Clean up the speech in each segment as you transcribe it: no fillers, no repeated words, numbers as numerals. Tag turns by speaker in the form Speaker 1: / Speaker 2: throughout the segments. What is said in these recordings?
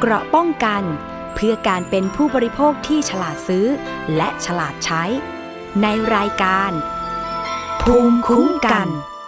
Speaker 1: เกราะป้องกันเพื่อการเป็นผู้บริโภคที่ฉลาดซื้อและฉลาดใช้ในรายการภูมิคุ้มกัน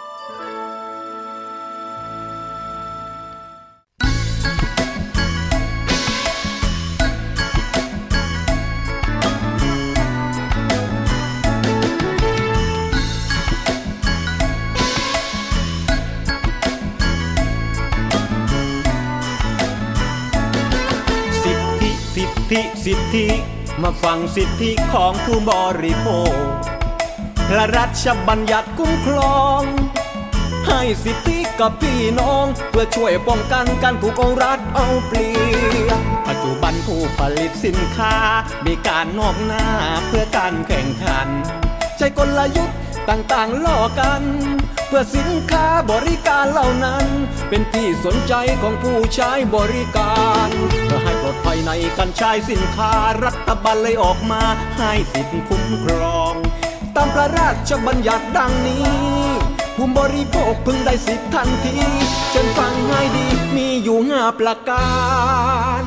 Speaker 2: สิทธิมาฟังสิทธิของผู้บริโภคพระราชบัญญัติคุ้มครองให้สิทธิกับพี่น้องเพื่อช่วยป้องกันการถูกเอารัฐเอาเปรียบปัจจุบันผู้ผลิตสินค้ามีการนอกหน้าเพื่อการแข่งขันใช้กลยุทธ์ต่างๆล่อกันเพื่อสินค้าบริการเหล่านั้นเป็นที่สนใจของผู้ใช้บริการเพื่อให้ปลอดภัยในการใช้สินค้ารัฐบาลเลยออกมาให้สิทธิคุ้มครองตามพระราชบัญญัติดังนี้ผู้บริโภคพึงได้สิทธิทันทีเชิญฟังให้ดีมีอยู่5ประการ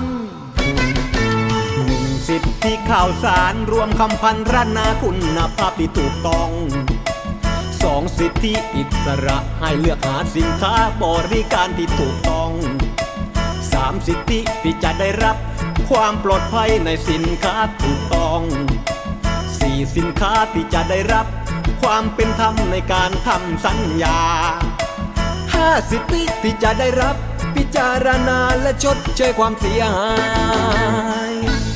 Speaker 2: 1สิทธิข่าวสารรวมคำพันรนาคุณภาพที่ถูกต้อง2สิทธิอิสระให้เลือกหาสินค้าบริการที่ถูกต้อง3สิทธิที่จะได้รับความปลอดภัยในสินค้าถูกต้อง4สินค้าที่จะได้รับความเป็นธรรมในการทำสัญญา5สิทธิที่จะได้รับพิจารณาและชดเชยความเสียหาย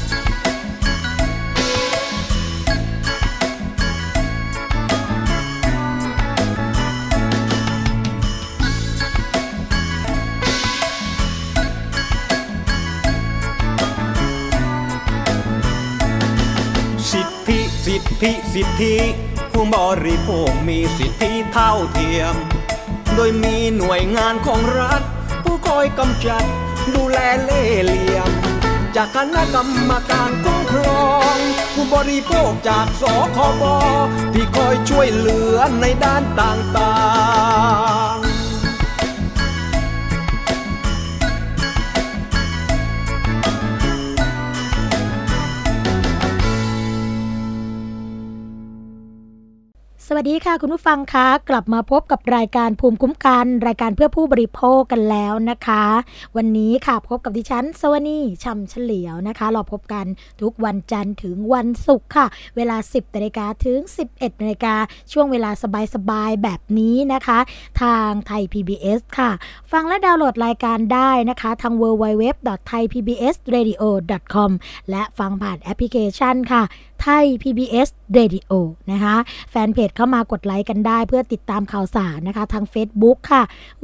Speaker 2: สิทธิผู้บริโภคมีสิทธิเท่าเทียมโดยมีหน่วยงานของรัฐผู้คอยกำจัดดูแลเล่ห์เหลี่ยมจากคณะกรรมการคุ้มครองผู้บริโภคจากสคบที่คอยช่วยเหลือในด้านต่างๆ
Speaker 3: สวัสดีค่ะคุณผู้ฟังคะกลับมาพบกับรายการภูมิคุ้มกันรายการเพื่อผู้บริโภคกันแล้วนะคะวันนี้ค่ะพบกับดิฉันสวนีช่ำเฉลียวนะคะเราพบกันทุกวันจันทร์ถึงวันศุกร์ค่ะเวลา 10:00 นถึง 11:00 นช่วงเวลาสบายๆแบบนี้นะคะทางไทย PBS ค่ะฟังและดาวน์โหลดรายการได้นะคะทาง www.thaipbsradio.com และฟังผ่านแอปพลิเคชันค่ะไทย PBS Radio นะคะแฟนเพจเข้ามากดไลค์กันได้เพื่อติดตามข่าวสารนะคะทาง Facebook ค่ะ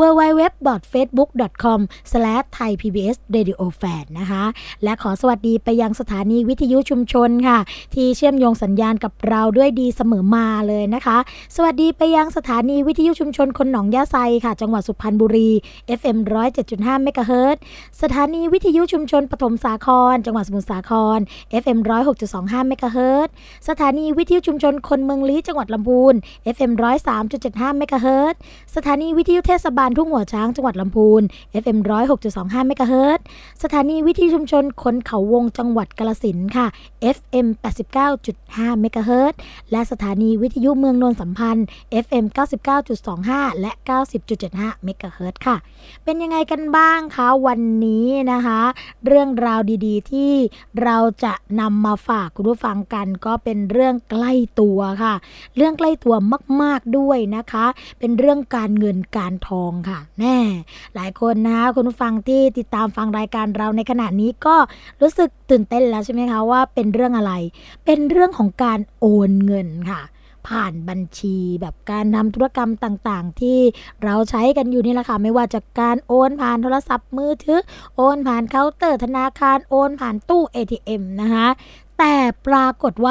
Speaker 3: www.facebook.com/thaipbsradiofan นะคะและขอสวัสดีไปยังสถานีวิทยุชุมชนค่ะที่เชื่อมโยงสัญญาณกับเราด้วยดีเสมอมาเลยนะคะสวัสดีไปยังสถานีวิทยุชุมชนคนหนองยะไซค่ะจังหวัดสุพรรณบุรี FM 107.5 เมกะเฮิรตซ์สถานีวิทยุชุมชนปฐมสาครจังหวัดสมุทรสาคร FM 106.25 เมกะเฮิรตซ์สถานีวิทยุชุมชนคนเมืองลี้จังหวัดลำพูน FM 103.75 เมกะเฮิรตซ์สถานีวิทยุเทศบาลทุ่งหัวช้างจังหวัดลำพูน FM 106.25 เมกะเฮิรตซ์สถานีวิทยุชุมชนคนเขาวงจังหวัดกาฬสินธุ์ค่ะ FM 89.5 เมกะเฮิรตซ์และสถานีวิทยุเมืองโนนสัมพันธ์ FM 99.25 และ 90.75 เมกะเฮิรตซ์ค่ะเป็นยังไงกันบ้างคะวันนี้นะคะเรื่องราวดีๆที่เราจะนำมาฝากคุณผู้ฟังกันก็เป็นเรื่องใกล้ตัวค่ะเรื่องใกล้ตัวมากๆด้วยนะคะเป็นเรื่องการเงินการทองค่ะแน่หลายคนนะคะคุณผู้ฟังที่ติดตามฟังรายการเราในขณะนี้ก็รู้สึกตื่นเต้นแล้วใช่ไหมคะว่าเป็นเรื่องอะไรเป็นเรื่องของการโอนเงินค่ะผ่านบัญชีแบบการทำธุรกรรมต่างๆที่เราใช้กันอยู่นี่แหละค่ะไม่ว่าจะการโอนผ่านโทรศัพท์มือถือโอนผ่านเคาน์เตอร์ธนาคารโอนผ่านตู้ ATM นะคะแต่ปรากฏว่า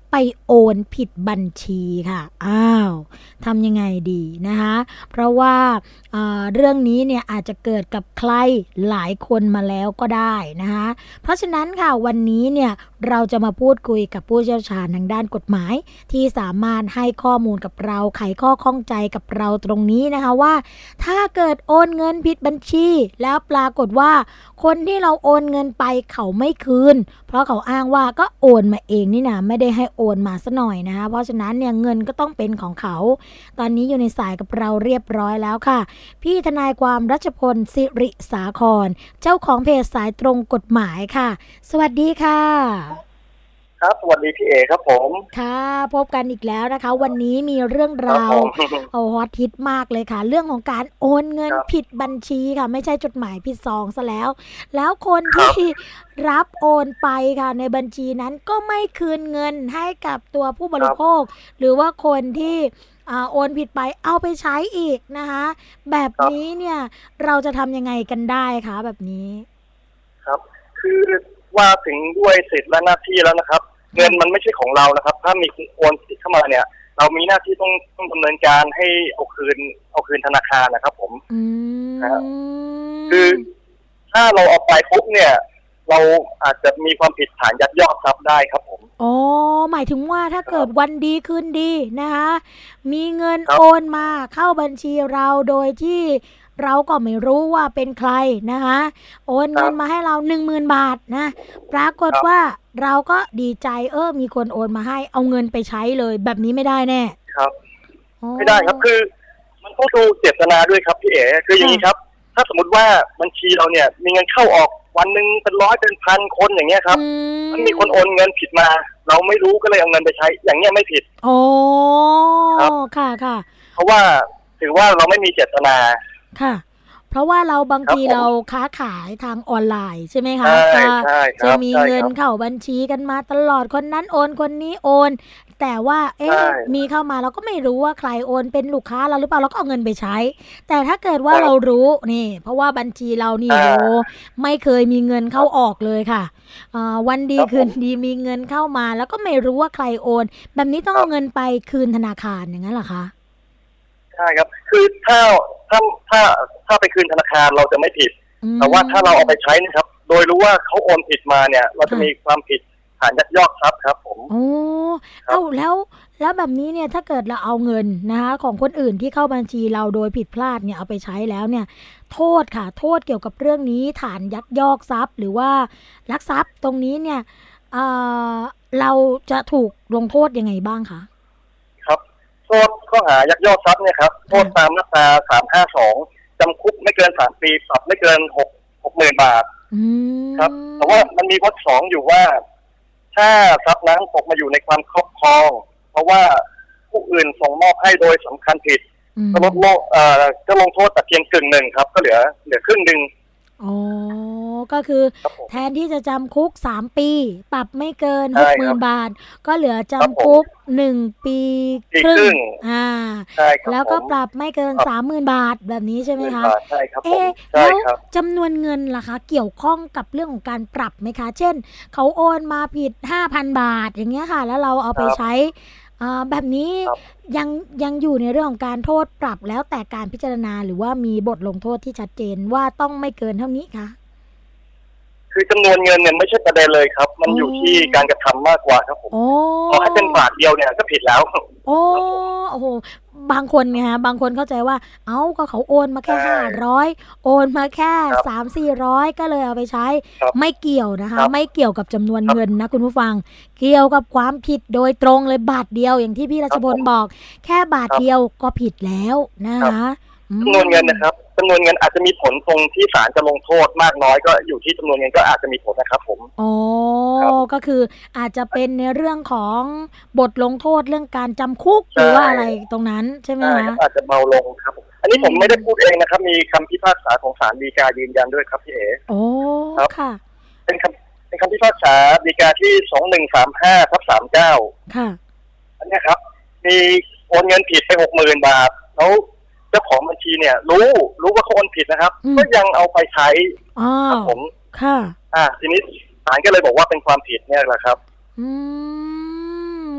Speaker 3: ไปโอนผิดบัญชีค่ะอ้าวทำยังไงดีนะคะเพราะว่าเรื่องนี้เนี่ยอาจจะเกิดกับใครหลายคนมาแล้วก็ได้นะคะเพราะฉะนั้นค่ะวันนี้เนี่ยเราจะมาพูดคุยกับผู้เชี่ยวชาญทางด้านกฎหมายที่สามารถให้ข้อมูลกับเราไขข้อข้องใจกับเราตรงนี้นะคะว่าถ้าเกิดโอนเงินผิดบัญชีแล้วปรากฏว่าคนที่เราโอนเงินไปเขาไม่คืนเพราะเขาอ้างว่าก็โอนมาเองนี่นะไม่ได้ให้โอนมาซะหน่อยนะคะเพราะฉะนั้นเนี่ยเงินก็ต้องเป็นของเขาตอนนี้อยู่ในสายกับเราเรียบร้อยแล้วค่ะพี่ทนายความรัชพลสิริสาครเจ้าของเพจสายตรงกฎหมายค่ะสวัสดีค่ะ
Speaker 4: ครับสวัสดีพี่เอครับผม
Speaker 3: ค่ะพบกันอีกแล้วนะคะวันนี้มีเรื่องราวฮอตฮิตมากเลยค่ะเรื่องของการโอนเงินผิดบัญชีค่ะไม่ใช่จดหมายผิดซองซะแล้วคนที่รับโอนไปค่ะในบัญชีนั้นก็ไม่คืนเงินให้กับตัวผู้บริโภคหรือว่าคนที่โอนผิดไปเอาไปใช้อีกนะคะแบบนี้เนี่ยเราจะทำยังไงกันได้คะแบบนี้
Speaker 4: ครับคือว่าถึงด้วยสิทธิและหน้าที่แล้วนะครับเงินมันไม่ใช่ของเรานะครับถ้ามีโอนผิดเข้ามาเนี่ยเรามีหน้าที่ต้องดำเนินการให้เอาคืนธนาคารนะครับผมนะครับคือถ้าเราเอาไปปุ๊บเนี่ยเราอาจจะมีความผิดฐานยักยอกทรัพย์ได้ครับผม
Speaker 3: อ๋อหมายถึงว่าถ้าเกิดวันดีคืนดีนะคะมีเงินโอนมาเข้าบัญชีเราโดยที่เราก็ไม่รู้ว่าเป็นใครนะคะโอนเงินมาให้เรา 10,000 บาทนะปรากฏว่าเราก็ดีใจมีคนโอนมาให้เอาเงินไปใช้เลยแบบนี้ไม่ได้แน่
Speaker 4: ครับไม่ได้ครับคือมันต้องดูเจตนาด้วยครับพี่เอ๋คืออย่างนี้ครับถ้าสมมติว่าบัญชีเราเนี่ยมีเงินเข้าออกวันนึงเป็นร้อยเป็นพันคนอย่างเงี้ยครับมันมีคนโอนเงินผิดมาเราไม่รู้ก็เลยเอาเงินไปใช้อย่างเงี้ยไม่ผิด
Speaker 3: อ๋อครับค่ะ
Speaker 4: เพราะว่าถือว่าเราไม่มีเจตนา
Speaker 3: ค่ะเพราะว่าเราบางทีเราค้าขายทางออนไลน์ใช่ไหมคะจะมีเงินเข้าบัญชีกันมาตลอดคนนั้นโอนคนนี้โอนแต่ว่ามีเข้ามาเราก็ไม่รู้ว่าใครโอนเป็นลูกค้าเราหรือเปล่าเราก็เอาเงินไปใช้แต่ถ้าเกิดว่าเรารู้นี่เพราะว่าบัญชีเรานี่ไม่เคยมีเงินเข้าออกเลยค่ะวันดีคืนดีมีเงินเข้ามาแล้วก็ไม่รู้ว่าใครโอนแบบนี้ต้องเอาเงินไปคืนธนาคารอย่างนั้นเหรอคะ
Speaker 4: ใช่ครับคือถ้าไปคืนธนาคารเราจะไม่ผิดแต่ว่าถ้าเราเอาไปใช้นะครับโดยรู้ว่าเขาโอนผิดมาเนี่ยเราจะมีความผิดฐานยักยอกทรัพย์ครับผม
Speaker 3: โอ้แล้วแบบนี้เนี่ยถ้าเกิดเราเอาเงินนะคะของคนอื่นที่เข้าบัญชีเราโดยผิดพลาดเนี่ยเอาไปใช้แล้วเนี่ยโทษค่ะโทษเกี่ยวกับเรื่องนี้ฐานยักยอกทรัพย์หรือว่าลักทรัพย์ตรงนี้เนี่ยเราจะถูกลงโทษยังไงบ้างคะ
Speaker 4: ครับโทษข้อหายักยอกทรัพย์เนี่ยครับโทษตามมาตรา352จำคุกไม่เกิน3 ปีปรับไม่เกิน60,000 บาทครับแต่ว่ามันมีวรรค 2อยู่ว่าถ้าทรัพย์นั้นตกมาอยู่ในความครอบครองเพราะว่าผู้อื่นส่งมอบให้โดยสำคัญผิดก็ลงโทษแต่เพียงกึ่งหนึ่งครับก็เหลือครึ่งหนึ่ง
Speaker 3: อ๋อก็คือแทนที่จะจำคุก3 ปีปรับไม่เกิน 60,000 บาทก็เหลือจำคุก1 ปีครึ่งแล้วก็ปรับไม่เกิน 30,000 บาทแบบนี้ใช่ไหมคะ
Speaker 4: ใช่ครับ
Speaker 3: แล้วจำนวนเงินล่ะคะเกี่ยวข้องกับเรื่องของการปรับไหมคะเช่นเขาโอนมาผิด 5,000 บาทอย่างเงี้ยค่ะแล้วเราเอาไปใช้แบบนี้ยังอยู่ในเรื่องของการโทษปรับแล้วแต่การพิจารณาหรือว่ามีบทลงโทษที่ชัดเจนว่าต้องไม่เกินเท่านี้คะ
Speaker 4: คือจำนวนเงินเนี่ยไม่ใช่ประเด็นเลยครับมันอยู่ที่การกระทำมากกว่าครับผมพอให้เป็นบาทเดียวเนี่ยก็ผิดแล้ว
Speaker 3: โอ้โหบางคนไงฮะบางคนเข้าใจว่าก็เขาโอนมาแค่500โอนมาแค่300-400ก็เลยเอาไปใช้ไม่เกี่ยวนะคะไม่เกี่ยวกับจำนวนเงินนะคุณผู้ฟังเกี่ยวกับความผิดโดยตรงเลยบาทเดียวอย่างที่พี่รัชพลบอกแค่บาทเดียวก็ผิดแล้วนะคะ
Speaker 4: จำนวนเงินนะครับจำนวนเงินอาจจะมีผลตรงที่ศาลจะลงโทษมากน้อยก็อยู่ที่จำนวนเงินก็อาจจะมีผลนะครับผม
Speaker 3: ก็คืออาจจะเป็นในเรื่องของบทลงโทษเรื่องการจำคุกหรือว่าอะไรตรงนั้นใช่ไหมคะ
Speaker 4: อาจจะเบาลงครับอันนี้ผมไม่ได้พูดเองนะครับมีคำพิพากษาของศาลฎีกายืนยันด้วยครับพี่เอ๋
Speaker 3: ครับค่ะ
Speaker 4: เป็นคำพิพากษาฎีกาที่2135/39
Speaker 3: ค่ะ
Speaker 4: อันนี้ครับมีโอนเงินผิดไป60,000 บาทแล้วเจ้าของบัญชีเนี่ยรู้ว่าเขาโอนผิดนะครับก็ยังเอาไปใช้ครับผม
Speaker 3: ค่ะ
Speaker 4: ทีนี้ศาลก็เลยบอกว่าเป็นความผิดเนี่ยแหละครับ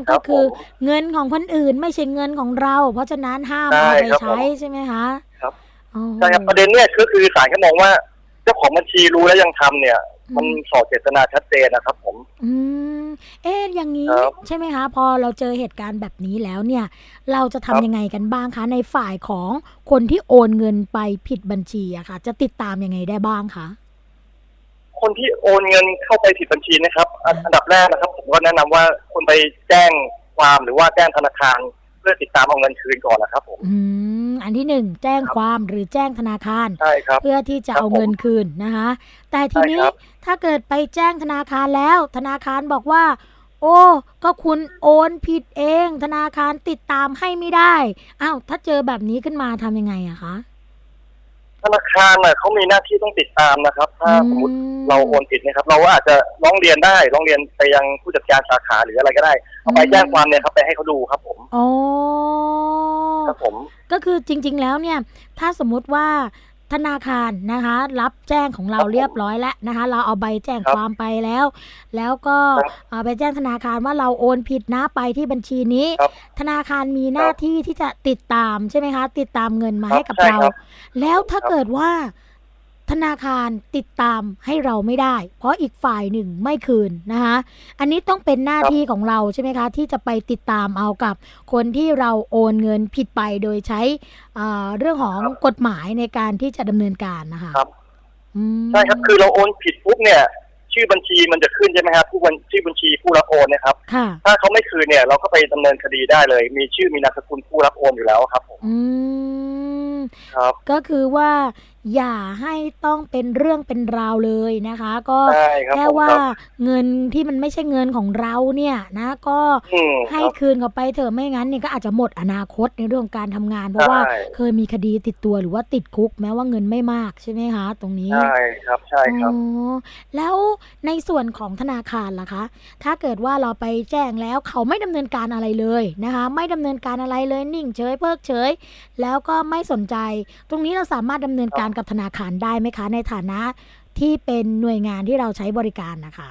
Speaker 3: ก็คือเงินของคนอื่นไม่ใช่เงินของเราเพราะฉะนั้นห้ามเอาไปใช้ใช่ไหมคะ
Speaker 4: ครับใช่ครับประเด็นเนี่ยคือศาลก็มองว่าเจ้าของบัญชีรู้แล้วยังทำเนี่ยมันส่อเจตนาชัดเจนนะครับผม
Speaker 3: อย่างนี้ใช่ไหมคะพอเราเจอเหตุการณ์แบบนี้แล้วเนี่ยเราจะทำยังไงกันบ้างคะในฝ่ายของคนที่โอนเงินไปผิดบัญชีอะค่ะจะติดตามยังไงได้บ้างคะ
Speaker 4: คนที่โอนเงินเข้าไปผิดบัญชีนะครับอันดับแรกนะครับผมก็แนะนำว่าคุณไปแจ้งความหรือว่าแจ้งธนาคารเพื่อติดตามเอาเงินคืนก่อนนะครับผม
Speaker 3: อันที่หนึ่งแจ้งความหรือแจ้งธนาคาร
Speaker 4: ใช่ครับ
Speaker 3: เพื่อที่จะเอาเงินคืนนะคะแต่ทีนี้ถ้าเกิดไปแจ้งธนาคารแล้วธนาคารบอกว่าโอ้ก็คุณโอนผิดเองธนาคารติดตามให้ไม่ได้อ้าวถ้าเจอแบบนี้ขึ้นมาทำยังไงอะคะ
Speaker 4: ธนาคารเขามีหน้าที่ต้องติดตามนะครับถ้าสมมติเราโอนผิดนะครับเราก็อาจจะร้องเรียนไปยังผู้จัดการสาขาหรืออะไรก็ได้เอาไปแจ้งความเนี่ยครับไปให้เขาดูครับผม
Speaker 3: อ๋อ
Speaker 4: ครับผม
Speaker 3: ก็คือจริงๆแล้วเนี่ยถ้าสมมุติว่าธนาคารนะคะรับแจ้งของเราเรียบร้อยแล้วนะคะเราเอาใบแจ้งความไปแล้วก็ไปแจ้งธนาคารว่าเราโอนผิดนะไปที่บัญชีนี้ธนาคารมีหน้าที่ที่จะติดตามใช่ไหมคะติดตามเงินมาให้กับเราแล้วถ้าเกิดว่าธนาคารติดตามให้เราไม่ได้เพราะอีกฝ่ายหนึ่งไม่คืนนะคะอันนี้ต้องเป็นหน้าที่ของเราใช่ไหมคะที่จะไปติดตามเอากับคนที่เราโอนเงินผิดไปโดยใช้เรื่องของกฎหมายในการที่จะดำเนินการนะคะ
Speaker 4: ครับใช่ครับคือเราโอนผิดปุ๊บเนี่ยชื่อบัญชีมันจะขึ้นใช่ไหมครับชื่อบัญชีผู้รับโอนนะครับถ้าเขาไม่คืนเนี่ยเราก็ไปดำเนินคดีได้เลยมีชื่อมีนามสกุลผู้รับโอนอยู่แล้วครับผมครับ
Speaker 3: ก็คือว่าอย่าให้ต้องเป็นเรื่องเป็นราวเลยนะคะก็แค่ว่าเงินที่มันไม่ใช่เงินของเราเนี่ยนะก็ให้คืนเขาไปเถอะไม่งั้นเนี่ยก็อาจจะหมดอนาคตในเรื่องการทำงานเพราะว่าเคยมีคดีติดตัวหรือว่าติดคุกแม้ว่าเงินไม่มากใช่ไหมคะตรงนี้
Speaker 4: ใช่ครับใช่ครับ
Speaker 3: แล้วในส่วนของธนาคารล่ะคะถ้าเกิดว่าเราไปแจ้งแล้วเขาไม่ดำเนินการอะไรเลยนะคะไม่ดำเนินการอะไรเลยนิ่งเฉยเพิกเฉยแล้วก็ไม่สนใจตรงนี้เราสามารถดำเนินการกับธนาคารได้ไหมคะในฐานะที่เป็นหน่วยงานที่เราใช้บริการนะคะ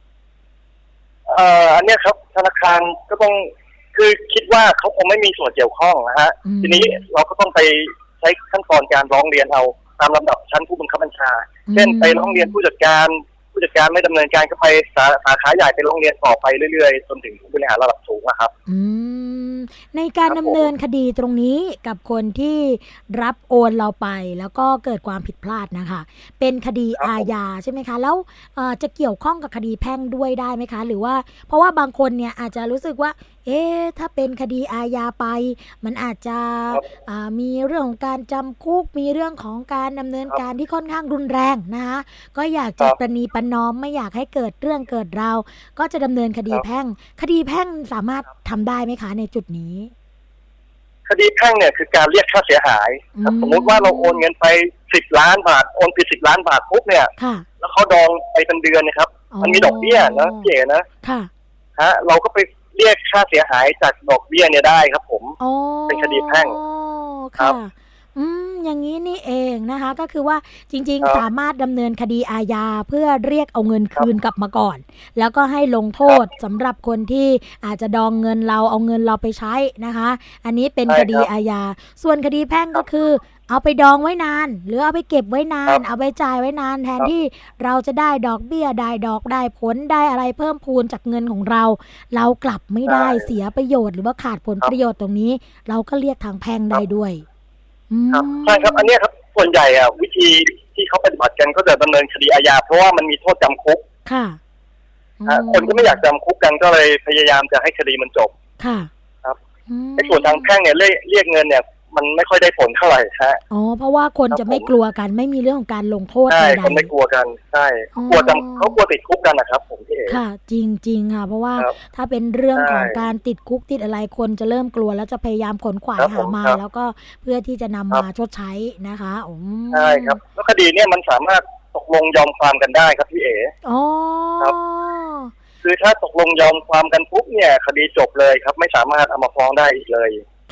Speaker 4: อันนี้ครับธนาคารก็ต้องคือคิดว่าเขาคงไม่มีส่วนเกี่ยวข้องนะฮะทีนี้เราก็ต้องไปใช้ขั้นตอนการร้องเรียนเอาตามลำดับชั้นผู้บังคับบัญชาเช่นไปร้องเรียนผู้จัดการไม่ดำเนินการก็ไปสาขาใหญ่ไปร้องเรียนต่อไปเรื่อยๆจนถึงผู้บริหารระดับสูงนะครับ
Speaker 3: ในการดำเนินคดีตรงนี้กับคนที่รับโอนเราไปแล้วก็เกิดความผิดพลาดนะคะเป็นคดีอาญาใช่ไหมคะแล้วจะเกี่ยวข้องกับคดีแพ่งด้วยได้ไหมคะหรือว่าเพราะว่าบางคนเนี่ยอาจจะรู้สึกว่าถ้าเป็นคดีอาญาไปมันอาจจะมีเรื่องของการจำคุกมีเรื่องของการดำเนินการที่ค่อนข้างรุนแรงนะคะก็อยากจะประนีประนอมไม่อยากให้เกิดเรื่องเกิดราวก็จะดำเนินคดีแพ่งคดีแพ่งสามารถทำได้ไหมคะในจุดนี้
Speaker 4: คดีแพ่งเนี่ยคือการเรียกค่าเสียหายสมมติว่าเราโอนเงินไป10 ล้านบาทโอนผิด10 ล้านบาทปุ๊บเนี่ยแล้วเขาดองไปเป็นเดือนนะครับมันมีดอกเบี้ยนะเจ๋นะเราก็ไปเรียกค่าเสียหายจากดอกเบี้ยเนี่ยได้ครับผมเป็นคดีแพ่ง
Speaker 3: ครับอย่างนี้นี่เองนะคะก็คือว่าจริงๆสามารถดำเนินคดีอาญาเพื่อเรียกเอาเงินคืนกลับมาก่อนแล้วก็ให้ลงโทษสำหรับคนที่อาจจะดองเงินเราเอาเงินเราไปใช้นะคะอันนี้เป็นคดีอาญาส่วนคดีแพ่งก็คือเอาไปดองไว้นานหรือเอาไปเก็บไว้นานเอาไปจ่ายไว้นานแทนที่เราจะได้ดอกเบี้ยได้ดอกได้ผลได้อะไรเพิ่มพูนจากเงินของเรากลับไม่ได้เสียประโยชน์หรือว่าขาดผลประโยชน์ตรงนี้เราก็เรียกทางแพ่งได้ด้วย
Speaker 4: ครับใช่ครับอันนี้ครับส่วนใหญ่วิธีที่เขาปฏิบัติกันก็จะดำเนินคดีอาญาเพราะว่ามันมีโทษจำคุก
Speaker 3: ค่ะ
Speaker 4: คนก็ไม่อยากจำคุกกันก็เลยพยายามจะให้คดีมันจบ
Speaker 3: ค่ะ
Speaker 4: ครับในส่วนทางแพ่งเนี่ยเรียกเงินเนี่ยมันไม่ค่อยได้ผลเท่าไหร่ฮะ
Speaker 3: เพราะว่าคนจะไม่กลัวกันไม่มีเรื่องของการลงโทษใ
Speaker 4: ช่คนไม่กลัวกันใช่เขากลัวติดคุกกันนะครับผมพี่เอ๋
Speaker 3: ค่ะจริงๆค่ะเพราะว่าถ้าเป็นเรื่องของการติดคุกติดอะไรคนจะเริ่มกลัวแล้วจะพยายามขนขวายหามาแล้วก็เพื่อที่จะนำมาชดใช้นะคะ
Speaker 4: ใช่ครับแล้วคดีเนี่ยมันสามารถตกลงยอมความกันได้ครับพี่เอ๋ครับคือถ้าตกลงยอมความกันปุ๊บเนี่ยคดีจบเลยครับไม่สามารถเอามาฟ้องได้อีกเลย
Speaker 3: ค่ะ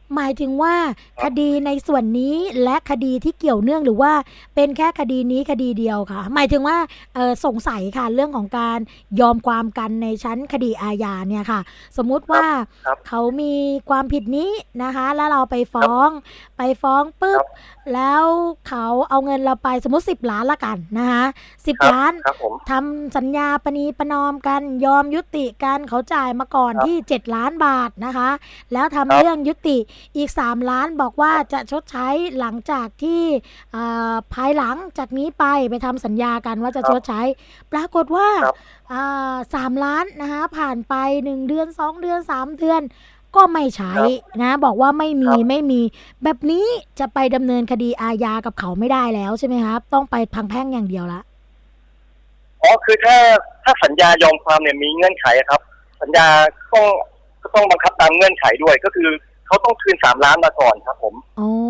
Speaker 3: หมายถึงว่าคดีในส่วนนี้และคดีที่เกี่ยวเนื่องหรือว่าเป็นแค่คดีนี้คดีเดียวค่ะหมายถึงว่าสงสัยค่ะเรื่องของการยอมความกันในชั้นคดีอาญาเนี่ยค่ะสมมุติว่าเขามีความผิดนี้นะคะแล้วเราไปฟ้องปุ๊บแล้วเขาเอาเงินเราไปสมมติ10 ล้านละกันนะคะ10 ล้านทำสัญญาปณีประนอมกันยอมยุติกันเขาจ่ายมาก่อนที่7 ล้านบาทนะคะแล้วทำเรื่องยุติอีก3 ล้านบอกว่าจะชดใช้หลังจากที่ภายหลังจากนี้ไปทำสัญญากันว่าจะชดใช้ปรากฏว่า3 ล้านนะคะผ่านไป1 เดือน2 เดือน3 เดือนก็ไม่ใช้นะบอกว่าไม่มีแบบนี้จะไปดำเนินคดีอาญากับเขาไม่ได้แล้วใช่ไหมครับต้องไปทางแพ่งอย่างเดียวละ
Speaker 4: คือถ้าสัญญายอมความเนี่ยมีเงื่อนไขครับสัญญาต้องบังคับตามเงื่อนไขด้วยก็คือเขาต้องคืน3 ล้านมาก่อนครับผม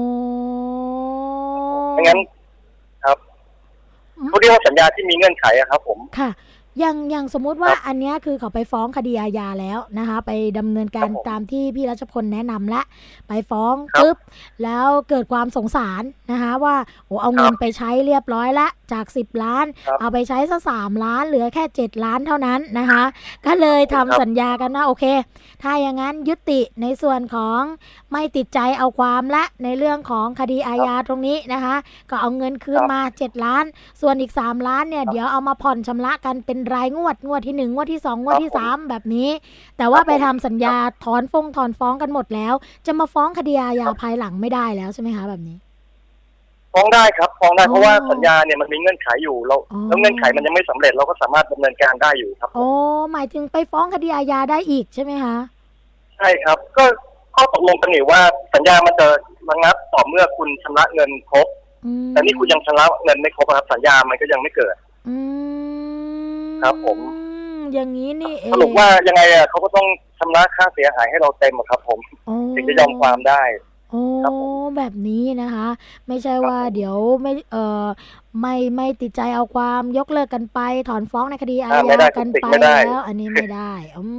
Speaker 4: ไม่งั้นครับเขาเรียกว่าสัญญาที่มีเงื่อนไขครับผม
Speaker 3: ค่ะอย่างสมมุติว่าอันนี้คือเขาไปฟ้องคดีอาญาแล้วนะคะไปดำเนินการตามที่พี่รัชพลแนะนำและไปฟ้องปุ๊บแล้วเกิดความสงสารนะคะว่าเอาเงินไปใช้เรียบร้อยละจาก10 ล้านเอาไปใช้ซะ3 ล้านเหลือแค่7 ล้านเท่านั้นนะคะก็เลยทำสัญญากันว่าโอเคถ้าอย่างนั้นยุติในส่วนของไม่ติดใจเอาความและในเรื่องของคดีอาญาตรงนี้นะคะก็เอาเงินคืนมา7 ล้านส่วนอีก3 ล้านเนี่ยเดี๋ยวเอามาผ่อนชำระกันเป็นรายงวดที่1งวดที่2งวดที่3แบบนี้แต่ว่าไปทำสัญญาถอนฟ้องกันหมดแล้วจะมาฟ้องคดีอาญาภายหลังไม่ได้แล้วใช่ไหมคะแบบนี้
Speaker 4: ฟ้องได้ครับฟ้องได้เพราะว่าสัญญาเนี่ยมันมีเงื่อนไขอยู่แล้วเงื่อนไขมันยังไม่สำเร็จเราก็สามารถดำเนินการได้อยู่ครับ
Speaker 3: หมายถึงไปฟ้องคดีอาญาได้อีกใช่ไหมคะ
Speaker 4: ใช่ครับก็ข้อตกลงกันอยู่ว่าสัญญามันจะระงับต่อเมื่อคุณชำระเงินครบแต่นี่คุณยังชำระเงินไม่ครบครับสัญญามันก็ยังไม่เกิดครับผม
Speaker 3: อย่างนี้นี่เอง
Speaker 4: สรุปว่ายังไงเขาก็ต้องชำระค่าเสียหายให้เราเต็มครับผมถึงจะยอมความได้
Speaker 3: แบบนี้นะคะไม่ใช่ว่าเดี๋ยวไม่ติดใจเอาความยกเลิกกันไปถอนฟ้องในคดีอาญากันไปแล้วอันนี้ไม่ได้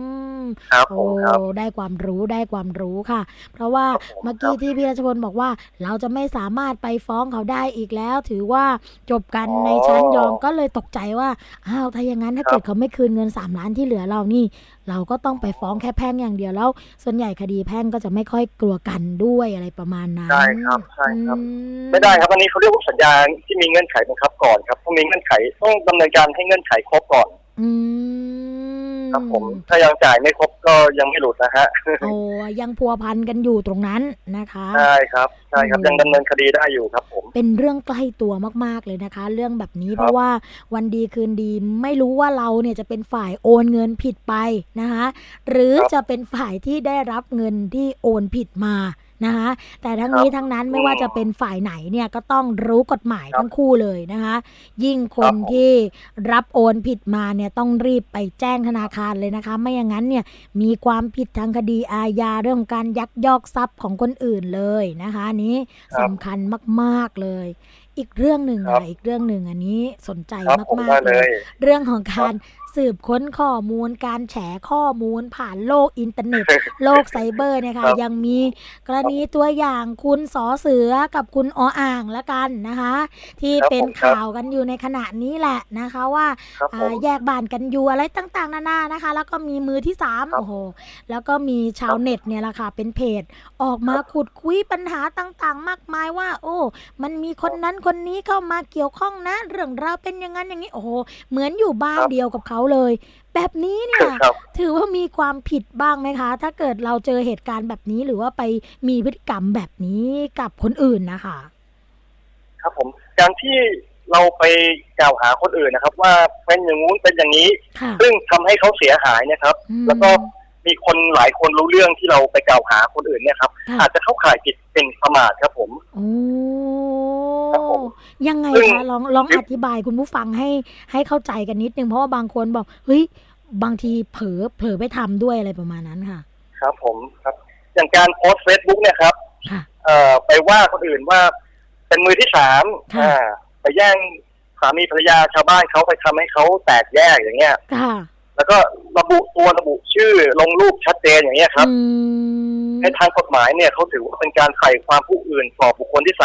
Speaker 3: ได้ความรู้ค่ะเพราะว่าเมื่อกี้ที่พี่รัชพลบอกว่าเราจะไม่สามารถไปฟ้องเขาได้อีกแล้วถือว่าจบกันในชั้นยอมก็เลยตกใจว่าถ้าอย่างนั้นถ้าเกิดเขาไม่คืนเงิน3 ล้านที่เหลือเรานี่เราก็ต้องไปฟ้องแค่แพ่งอย่างเดียวแล้วส่วนใหญ่คดีแพ่งก็จะไม่ค่อยกลัวกันด้วยอะไรประมาณนั้น
Speaker 4: ใช่ครับไม่ได้ครับอันนี้เขาเรียกว่าสัญญาที่มีเงื่อนไขบังคับก่อนครับต้องมีเงื่อนไขต้องดำเนินการให้เงื่อนไขครบก่อนครับผมถ้ายังจ่ายไม่ครบก็ยังไม่หลุดนะฮะ
Speaker 3: ยังพัวพันกันอยู่ตรงนั้นนะคะ
Speaker 4: ใช่ครับยังดำเนินคดีได้อยู่ครับผม
Speaker 3: เป็นเรื่องใกล้ตัวมากๆเลยนะคะเรื่องแบบนี้เพราะว่าวันดีคืนดีไม่รู้ว่าเราเนี่ยจะเป็นฝ่ายโอนเงินผิดไปนะคะหรือจะเป็นฝ่ายที่ได้รับเงินที่โอนผิดมานะคะแต่ทั้งนี้ทั้งนั้นไม่ว่าจะเป็นฝ่ายไหนเนี่ยก็ต้องรู้กฎหมายทั้งคู่เลยนะคะยิ่งคนที่รับโอนผิดมาเนี่ยต้องรีบไปแจ้งธนาคารเลยนะคะไม่อย่างนั้นเนี่ยมีความผิดทางคดีอาญาเรื่องของการยักยอกทรัพย์ของคนอื่นเลยนะคะนี้สำคัญมากๆเลยอีกเรื่องหนึ่งอันนี้สนใจมากๆเลยเรื่องของการสืบค้นข้อมูลการแฉข้อมูลผ่านโลกอินเทอร์เน็ตโลกไซเบอร์เนี่ยค่ะยังมีกรณีตัวอย่างคุณสอเสือกับคุณอ่างละกันนะคะที่เป็นข่าวกันอยู่ในขณะนี้แหละนะคะว่าแยกบ้านกันอยู่อะไรต่างๆนานานะคะแล้วก็มีมือที่3แล้วก็มีชาวเน็ตเนี่ยแหละค่ะเป็นเพจออกมาขุดคุยปัญหาต่างๆมากมายว่ามันมีคนนั้นคนนี้เข้ามาเกี่ยวข้องนะเรื่องราวเป็นอย่างนั้นอย่างนี้เหมือนอยู่บ้านเดียวกับเขาเลยแบบนี้เนี่ยถือว่ามีความผิดบ้างไหมคะถ้าเกิดเราเจอเหตุการณ์แบบนี้หรือว่าไปมีพฤติกรรมแบบนี้กับคนอื่นนะคะ
Speaker 4: ครับผมการที่เราไปกล่าวหาคนอื่นนะครับว่าเป็นอย่างงู้นเป็นอย่างนี้ซึ่งทำให้เขาเสียหายนะครับแล้วก็มีคนหลายคนรู้เรื่องที่เราไปกล่าวหาคนอื่นเนี่ยครับอาจจะเข้าข่ายผิดเป็นประมาทครับผม
Speaker 3: ยังไงคะลองอธิบายคุณผู้ฟังให้เข้าใจกันนิดนึงเพราะว่าบางคนบอกเฮ้ยบางทีเผลอไปทำด้วยอะไรประมาณนั้นค่ะ
Speaker 4: ครับผมครับอย่างการโพสต์ Facebook เนี่ยครับไปว่าคนอื่นว่าเป็นมือที่3ไปแย่งสามีภรรยาชาวบ้านเขาไปทำให้เขาแตกแยกอย่างเงี้ยแแล้วก็ระบุชื่อลงรูปชัดเจนอย่างเงี้ยครับในทางกฎหมายเนี่ยเขาถือว่าเป็นการใส่ความผู้อื่นต่อบุคคลที่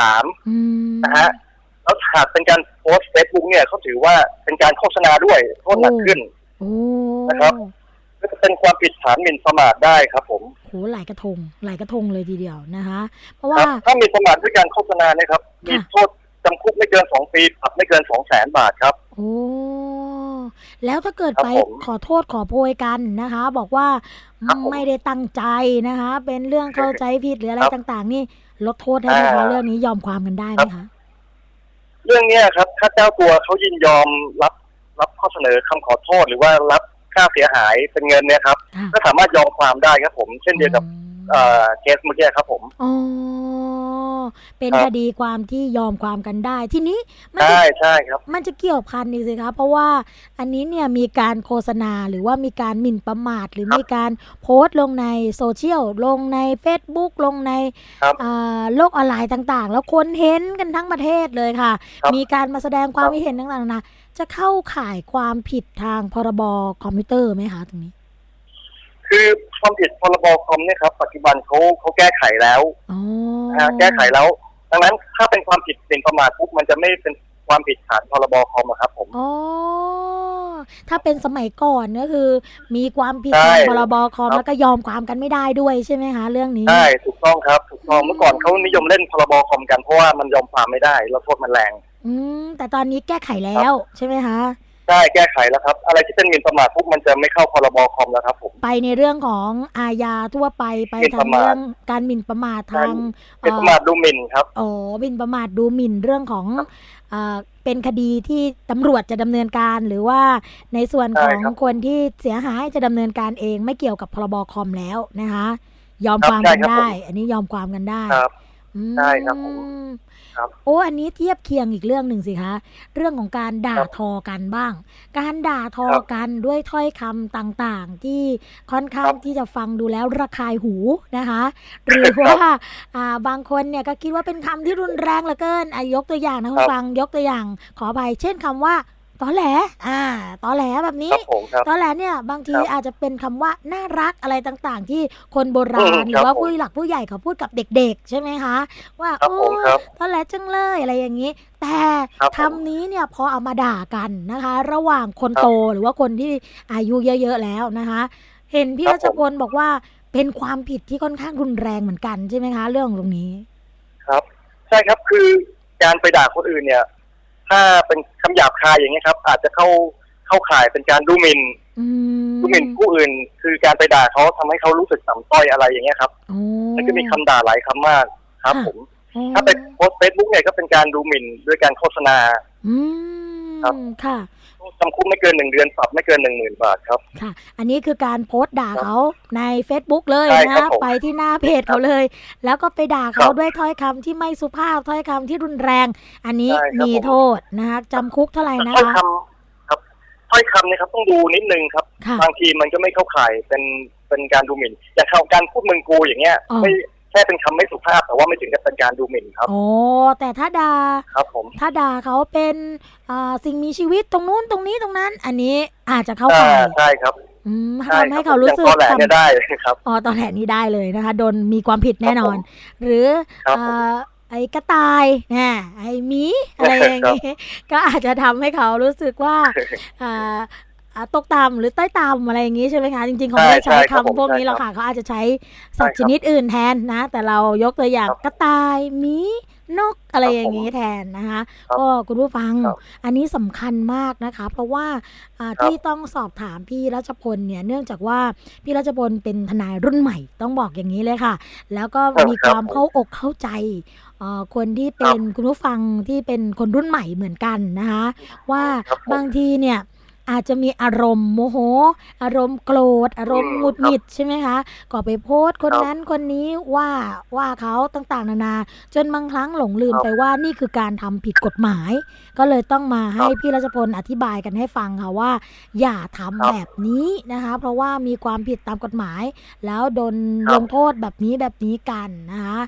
Speaker 4: 3นะฮะแล้วหากเป็นการโพสต์เฟซบุ๊กเนี่ยเขาถือว่าเป็นการโฆษณาด้วยโทษหนักขึ้นนะครับก็จะเป็นความผิดฐานหมิ่นประมาทได้ครับผม
Speaker 3: โหหลายกระทงเลยทีเดียวนะคะเพราะว่า
Speaker 4: ถ้าหมิ่นประมาทด้วยการโฆษณาเนี่ยครับมีโทษจำคุกไม่เกิน2 ปีปรับไม่เกิน 200,000 บาทครับ
Speaker 3: โอ้แล้วถ้าเกิดไปขอโทษขอโพยกันนะคะบอกว่าไม่ได้ตั้งใจนะคะเป็นเรื่องเข้าใจผิดหรืออะไรต่างๆนี่ลดโทษได้ไหมคะเรื่องนี้ยอมความกันได้ไหมคะ
Speaker 4: เรื่องนี้ครับถ้าเจ้าตัวเขายินยอมรับข้อเสนอคำขอโทษหรือว่ารับค่าเสียหายเป็นเงินเนี่ยครับก็สามารถยอมความได้ครับผมเช่นเดียวกับเคสเมื่อกี้ครับผม
Speaker 3: เป็นคดีความที่ยอมความกันได้ทีนี้
Speaker 4: ใช่ครับ
Speaker 3: มันจะเกี่ยวพันนี่สิคะเพราะว่าอันนี้เนี่ยมีการโฆษณาหรือว่ามีการหมิ่นประมาทหรือมีการโพสต์ลงในโซเชียลลงใน Facebook ลงในโลกออนไลน์ต่างๆแล้วคนเห็นกันทั้งประเทศเลยค่ะมีการมาแสดงความคิดเห็นต่างๆนะจะเข้าข่ายความผิดทางพรบคอมพิวเตอร์ไหมคะตรงนี้
Speaker 4: คือความผิดพรบคอมเนี่ยครับปัจจุบันเขาแก้ไขแล้วแก้ไขแล้วดังนั้นถ้าเป็นความผิดหมิ่นประมาทปุ๊บมันจะไม่เป็นความผิดฐานพรบคอมครับผม
Speaker 3: ถ้าเป็นสมัยก่อนก็คือมีความผิดทางพรบคอมแล้วก็ยอมความกันไม่ได้ด้วยใช่ไหมคะเรื่องนี้
Speaker 4: ใช่ถูกต้องครับถูกต้องเมื่อก่อนเขานิยมเล่นพรบคอมกันเพราะว่ามันยอมความไม่ได้แล้วโทษมันแรง
Speaker 3: แต่ตอนนี้แก้ไขแล้วใช่ไหมคะ
Speaker 4: ใช่แก้ไขแล้วครับอะไรที่เป็นหมิ่นประมาทปุ๊บมันจะไม่เข้าพรบคอมแล้วครับผม
Speaker 3: ไปในเรื่องของอาญาทั่วไปทางเรื่องการหมิ่นประมาททาง
Speaker 4: หมิ่นประมาทดูหมิ่นครับ
Speaker 3: หมิ่นประมาทดูหมิ่นเรื่องของเป็นคดีที่ตำรวจจะดำเนินการหรือว่าในส่วนของคนที่เสียหายจะดำเนินการเองไม่เกี่ยวกับพรบคอมแล้วนะคะยอมความกันได้อันนี้ยอมความกันได้
Speaker 4: ใช่ครับผม
Speaker 3: อันนี้เทียบเคียงอีกเรื่องหนึ่งสิคะเรื่องของการด่าทอกันบ้างการด่าทอกันด้วยถ้อยคำต่างๆที่ค่อนข้างที่จะฟังดูแล้วระคายหูนะคะหรือว่าบางคนเนี่ยก็คิดว่าเป็นคำที่รุนแรงเหลือเกินยกตัวอย่างนะคุณฟังยกตัวอย่างขออภัยเช่นคำว่าตอแหลตอแหลแบบนี้ตอแหลเนี่ยบางทีอาจจะเป็นคำว่าน่ารักอะไรต่างๆที่คนโบราณหรือว่าผู้หลักผู้ใหญ่เขาพูดกับเด็กๆใช่ไหมคะว่าตอแหลจังเลยอะไรอย่างนี้แต่คำนี้เนี่ยพอเอามาด่ากันนะคะระหว่างคนโตหรือว่าคนที่อายุเยอะๆแล้วนะคะเห็นพี่รัชพลบอกว่าเป็นความผิดที่ค่อนข้างรุนแรงเหมือนกันใช่ไหมคะเรื่องตรงนี้
Speaker 4: ครับใช่ครับคือการไปด่าคนอื่นเนี่ยถ้าเป็นคำหยาบคายอย่างนี้ครับอาจจะเข้าข่ายเป็นการดูหมิ่นผู้อื่นคือการไปด่าเขาทำให้เขารู้สึกต่ำต้อยอะไรอย่างเงี้ยครับแล้วก็มีคำด่าหลายคำมากครับผมถ้าเป็นโพสต์เฟซบุ๊กเนี่ยก็เป็นการดูหมิ่นด้วยการโฆษณา
Speaker 3: ครับค่ะ
Speaker 4: จำคุกไม่เกิน1 เดือนปรับไม่เกิน 10,000 บาทครับ
Speaker 3: ค่ะอันนี้คือการโพสต์ด่าเขาใน Facebook เลยนะไปที่หน้าเพจเขาเลยแล้วก็ไปด่าเขาด้วยถ้อยคำที่ไม่สุภาพถ้อยคำที่รุนแรงอันนี้มีโทษนะคะจำคุกเท่าไหร่นะคะ
Speaker 4: ถ้อยคำเนี่ยครับต้องดูนิดนึงครับบางทีมันก็ไม่เข้าข่ายเป็นการดูหมิ่นอย่างการพูดมึงกูอย่างเงี้ยไม่แค่เป็นคำไม่สุภาพแต่ว่าไม่ถึงกับเป็นการดูหมิ่นครับ
Speaker 3: แต่ถ้าด่า
Speaker 4: ครับผม
Speaker 3: ถ้าด่าเขาเป็นสิ่งมีชีวิตตรงนู้นตรงนี้ตรงนั้นอันนี้อาจจะเข้าข่าย
Speaker 4: ใช่ครับ
Speaker 3: ทำให้เขารู้สึก
Speaker 4: ตอนแหลเนี่ยได้ครับ
Speaker 3: ตอนแหลนี้ได้เลยนะคะโดนมีความผิดแน่นอนหรือไอ้กระต่ายไอ้หมีอะไรอย่างนี้ก็อาจจะทำให้เขารู้สึกว่าตกต่ำหรือใต้ต่ำอะไรอย่างนี้ใช่ไหมคะจริงๆเขาไม่ได้ใช้คำพวกนี้หรอกค่ะเขาอาจจะใช้สัตว์ชนิดอื่นแทนนะแต่เรายกตัวอย่างกระต่ายหมีนกอะไรอย่างนี้แทนนะคะก็คุณผู้ฟังอันนี้สำคัญมากนะคะเพราะว่าที่ต้องสอบถามพี่รัชพลเนี่ยเนื่องจากว่าพี่รัชพลเป็นทนายรุ่นใหม่ต้องบอกอย่างนี้เลยค่ะแล้วก็มีความเข้าอกเข้าใจคนที่เป็นคุณผู้ฟังที่เป็นคนรุ่นใหม่เหมือนกันนะคะว่าบางทีเนี่ยอาจจะมีอารมณ์โมโหอารมณ์โกรธอารมณ์หงุดหงิดใช่ไหมคะก็ไปโพสต์คนนั้นคนนี้ว่าเขาต่างๆนานาจนบางครั้งหลงลืมไปว่านี่คือการทำผิดกฎหมายก็เลยต้องมาให้พี่รัชพลอธิบายกันให้ฟังค่ะว่าอย่าทำแบบนี้นะคะเพราะว่ามีความผิดตามกฎหมายแล้วโดนลงโทษแบบนี้กันนะคะ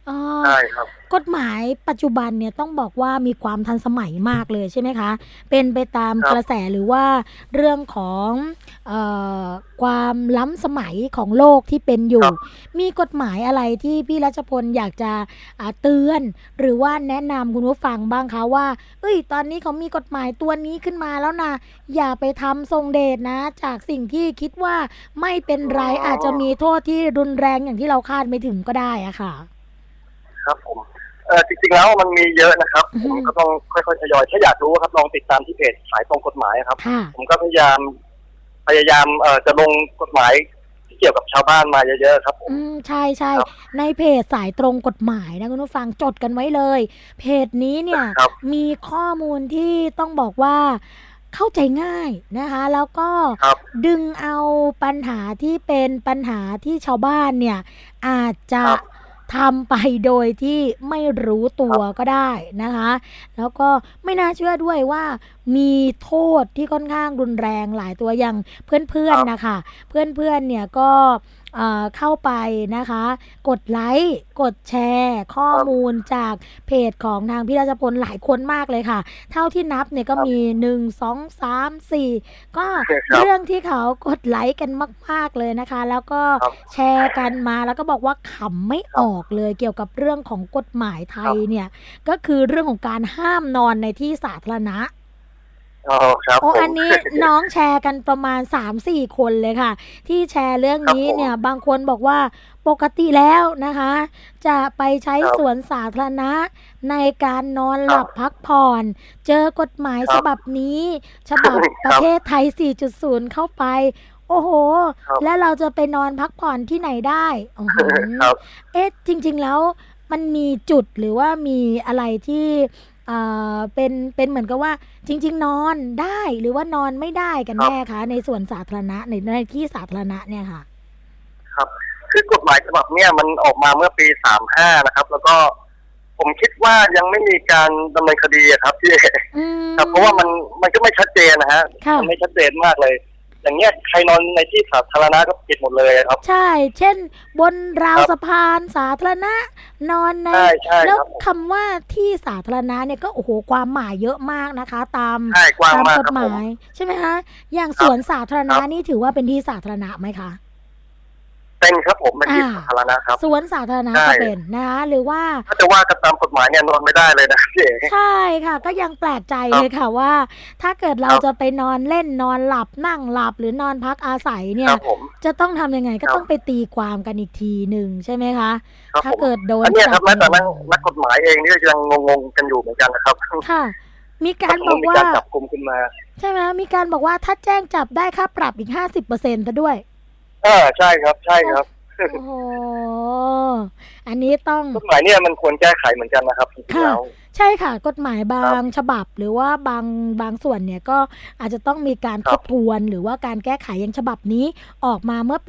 Speaker 4: ใช่ครับ
Speaker 3: กฎหมายปัจจุบันเนี่ยต้องบอกว่ามีความทันสมัยมากเลยใช่ไหมคะเป็นไปตามกระแสหรือว่าเรื่องของความล้ำสมัยของโลกที่เป็นอยู่มีกฎหมายอะไรที่พี่รัชพลอยากจะเตือนหรือว่าแนะนำคุณผู้ฟังบ้างคะว่าตอนนี้เขามีกฎหมายตัวนี้ขึ้นมาแล้วนะอย่าไปทำทรงเดชนะจากสิ่งที่คิดว่าไม่เป็นไรอาจจะมีโทษที่รุนแรงอย่างที่เราคาดไม่ถึงก็ได้อะค่ะ
Speaker 4: ครับผมจริงๆแล้วมันมีเยอะนะครับผมก็ต้องค่อยๆทยอยถ้าอยากรู้ครับลองติดตามที่เพจสายตรงกฎหมายครับผมก็พยายามจะลงกฎหมายที่เกี่ยวกับชาวบ้านมาเยอะๆครับ
Speaker 3: ใช่ใช่ในเพจสายตรงกฎหมายนะคุณผู้ฟังจดกันไว้เลยเพจนี้เนี่ยมีข้อมูลที่ต้องบอกว่าเข้าใจง่ายนะคะแล้วก็ดึงเอาปัญหาที่เป็นปัญหาที่ชาวบ้านเนี่ยอาจจะทำไปโดยที่ไม่รู้ตัวก็ได้นะคะแล้วก็ไม่น่าเชื่อด้วยว่ามีโทษที่ค่อนข้างรุนแรงหลายตัวอย่างเพื่อนๆนะคะเพื่อนๆเนี่ยก็เข้าไปนะคะกดไลค์กดแชร์ข้อมูลจากเพจของทางพี่ราชพลหลายคนมากเลยค่ะเท่าที่นับเนี่ยก็มี1 2 3 4ก็เรื่องที่เขากดไลค์กันมากๆเลยนะคะแล้วก็แชร์กันมาแล้วก็บอกว่าขำไม่ออกเลยเกี่ยวกับเรื่องของกฎหมายไทยเนี่ยก็คือเรื่องของการห้ามนอนในที่สาธารณะอันนี้น้องแชร์กันประมาณ 3-4 คนเลยค่ะที่แชร์เรื่องนี้เนี่ยบางคนบอกว่าปกติแล้วนะคะจะไปใช้สวนสาธารณะในการนอนหลับพักผ่อนเจอกฎหมายฉบับนี้ฉบับประเทศไทย 4.0 เข้าไปโอ้โหแล้วเราจะไปนอนพักผ่อนที่ไหนได้จริงๆแล้วมันมีจุดหรือว่ามีอะไรที่เป็นเหมือนกับว่าจริงๆนอนได้หรือว่านอนไม่ได้กันแน่คะในส่วนสาธารณะในที่สาธารณะเนี่ยค่ะ
Speaker 4: ครับคือกฎหมายฉบับเนี่ยมันออกมาเมื่อปี35นะครับแล้วก็ผมคิดว่ายังไม่มีการดำเนินคดีครับพี่ครับเพราะว่ามันก็ไม่ชัดเจนนะฮะมันไม่ชัดเจนมากเลยอย่างเงี้ยใครนอนในที่สาธารณะก็ผิดหมดเลยครับ
Speaker 3: ใช่เช่นบนราวสะพานสาธารณะนอนในแล้วคำว่าที่สาธารณะเนี่ยก็โอ้โหความหมายเยอะมากนะคะตามกฎหมายใช่ไหมคะอย่างสวนสาธารณะนี่ถือว่าเป็นที่สาธารณะไหมคะ
Speaker 4: เป็นครับผมเป็นที่สาธารณะครับ
Speaker 3: สวนสาธารณะก็เป็นนะคะหรือว่า
Speaker 4: ถ้าจะว่ากันตามกฎหมายเนี่ยนอนไม่ได้เลยนะพี่
Speaker 3: ใช่ค่ะก็ยังแปลกใจเลยค่ะว่าถ้าเกิดเราจะไปนอนเล่นนอนหลับนั่งหลับหรือนอนพักอาศัยเนี่ยจะต้องทำยังไงก็ต้องไปตีความกันอีกทีหนึ่งใช่ไหมคะถ้าเกิดโดน
Speaker 4: จับครับแม้แต่นักกฎหมายเองนี่ยังงงกันอยู่เหมือนกันนะครับ
Speaker 3: ค่ะมีการบอกว่า
Speaker 4: จับกุมขึ้นมา
Speaker 3: ใช่ไหมมีการบอกว่าถ้าแจ้งจับได้ค่าปรับอีก 50% ซะด้วย
Speaker 4: ใช่ครับใช่ครับ
Speaker 3: โอ้โหอันนี้ต้อง
Speaker 4: กฎหมายเนี่ยมันควรแก้ไขเหมือนกันนะครับ
Speaker 3: ค่ะใช่ค่ะกฎหมายบางฉบับหรือว่าบางส่วนเนี่ยก็อาจจะต้องมีการทบทวนหรือว่าการแก้ไขอย่างฉบับนี้ออกมาเมื่อปี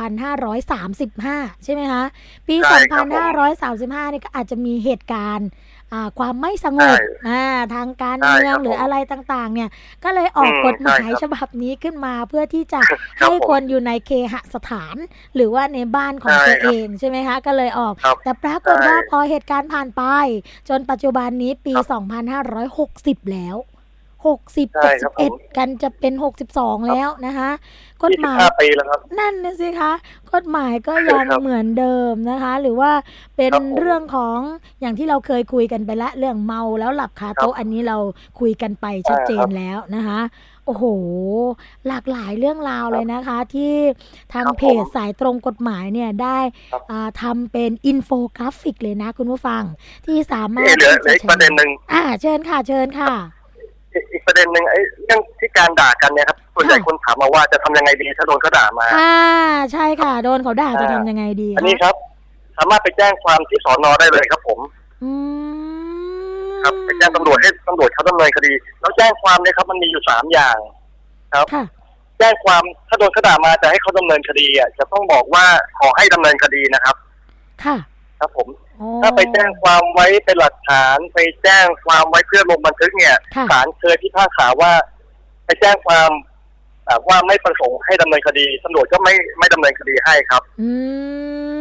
Speaker 3: 2535ใช่ไหมคะปี 2535นี่ก็อาจจะมีเหตุการณ์ความไม่สงบทางการเมืองหรืออะไรต่างๆเนี่ยก็เลยออกกฎหมายฉบับนี้ขึ้นมาเพื่อที่จะให้คนอยู่ในเคหสถานหรือว่าในบ้านของตัวเองใช่ไหมคะก็เลยออกแต่ปรากฏว่าพอเหตุการณ์ผ่านไปจนปัจจุบันนี้ปี 2560 แล้ว60-61กันจะเป็น62แล้วนะคะกฎหมายนั่นนะสิคะกฎหมายก็ยังเหมือนเดิมนะคะหรือว่าเป็นเรื่องของอย่างที่เราเคยคุยกันไปละเรื่องเมาแล้วหลับคาโต๊ะอันนี้เราคุยกันไปชัดเจนแล้วนะคะโอ้โหหลากหลายเรื่องราวเลยนะคะที่ทางเพจสายตรงกฎหมายเนี่ยได้ทำเป็นอินโฟกราฟิกเลยนะคุณผู้ฟังที่สามารถ
Speaker 4: ที่จะประเด็นหนึ่ง
Speaker 3: เชิญค่ะ
Speaker 4: อีกประเด็นหนึ่งเรื่องที่การด่ากันเนี่ยครับส่วนใหญ่คนถามมาว่าจะทำยังไงดีถ้าโดนเขาด่ามา
Speaker 3: ใช่ค่ะโดนเขาด่าจะทำยังไงดี
Speaker 4: อันนี้ครับสามารถไปแจ้งความที่สน.ได้เลยครับผมครับไปแจ้งตำรวจให้ตำรวจเขาดำเนินคดีแล้วแจ้งความเนี่ยครับมันมีอยู่3 อย่างครับแจ้งความถ้าโดนเขาด่ามาจะให้เขาดำเนินคดีจะต้องบอกว่าขอให้ดำเนินคดีนะครับ
Speaker 3: ค่ะ
Speaker 4: ครับผมถ้าไปแจ้งความไว้เป็นหลักฐานไปแจ้งความไว้เพื่อลงบันทึกเนี่ยศาลเคยพิพากษาว่าไปแจ้งความว่าไม่ประสงค์ให้ดำเนินคดีตำรวจก็ไม่ดำเนินคดีให้ครับ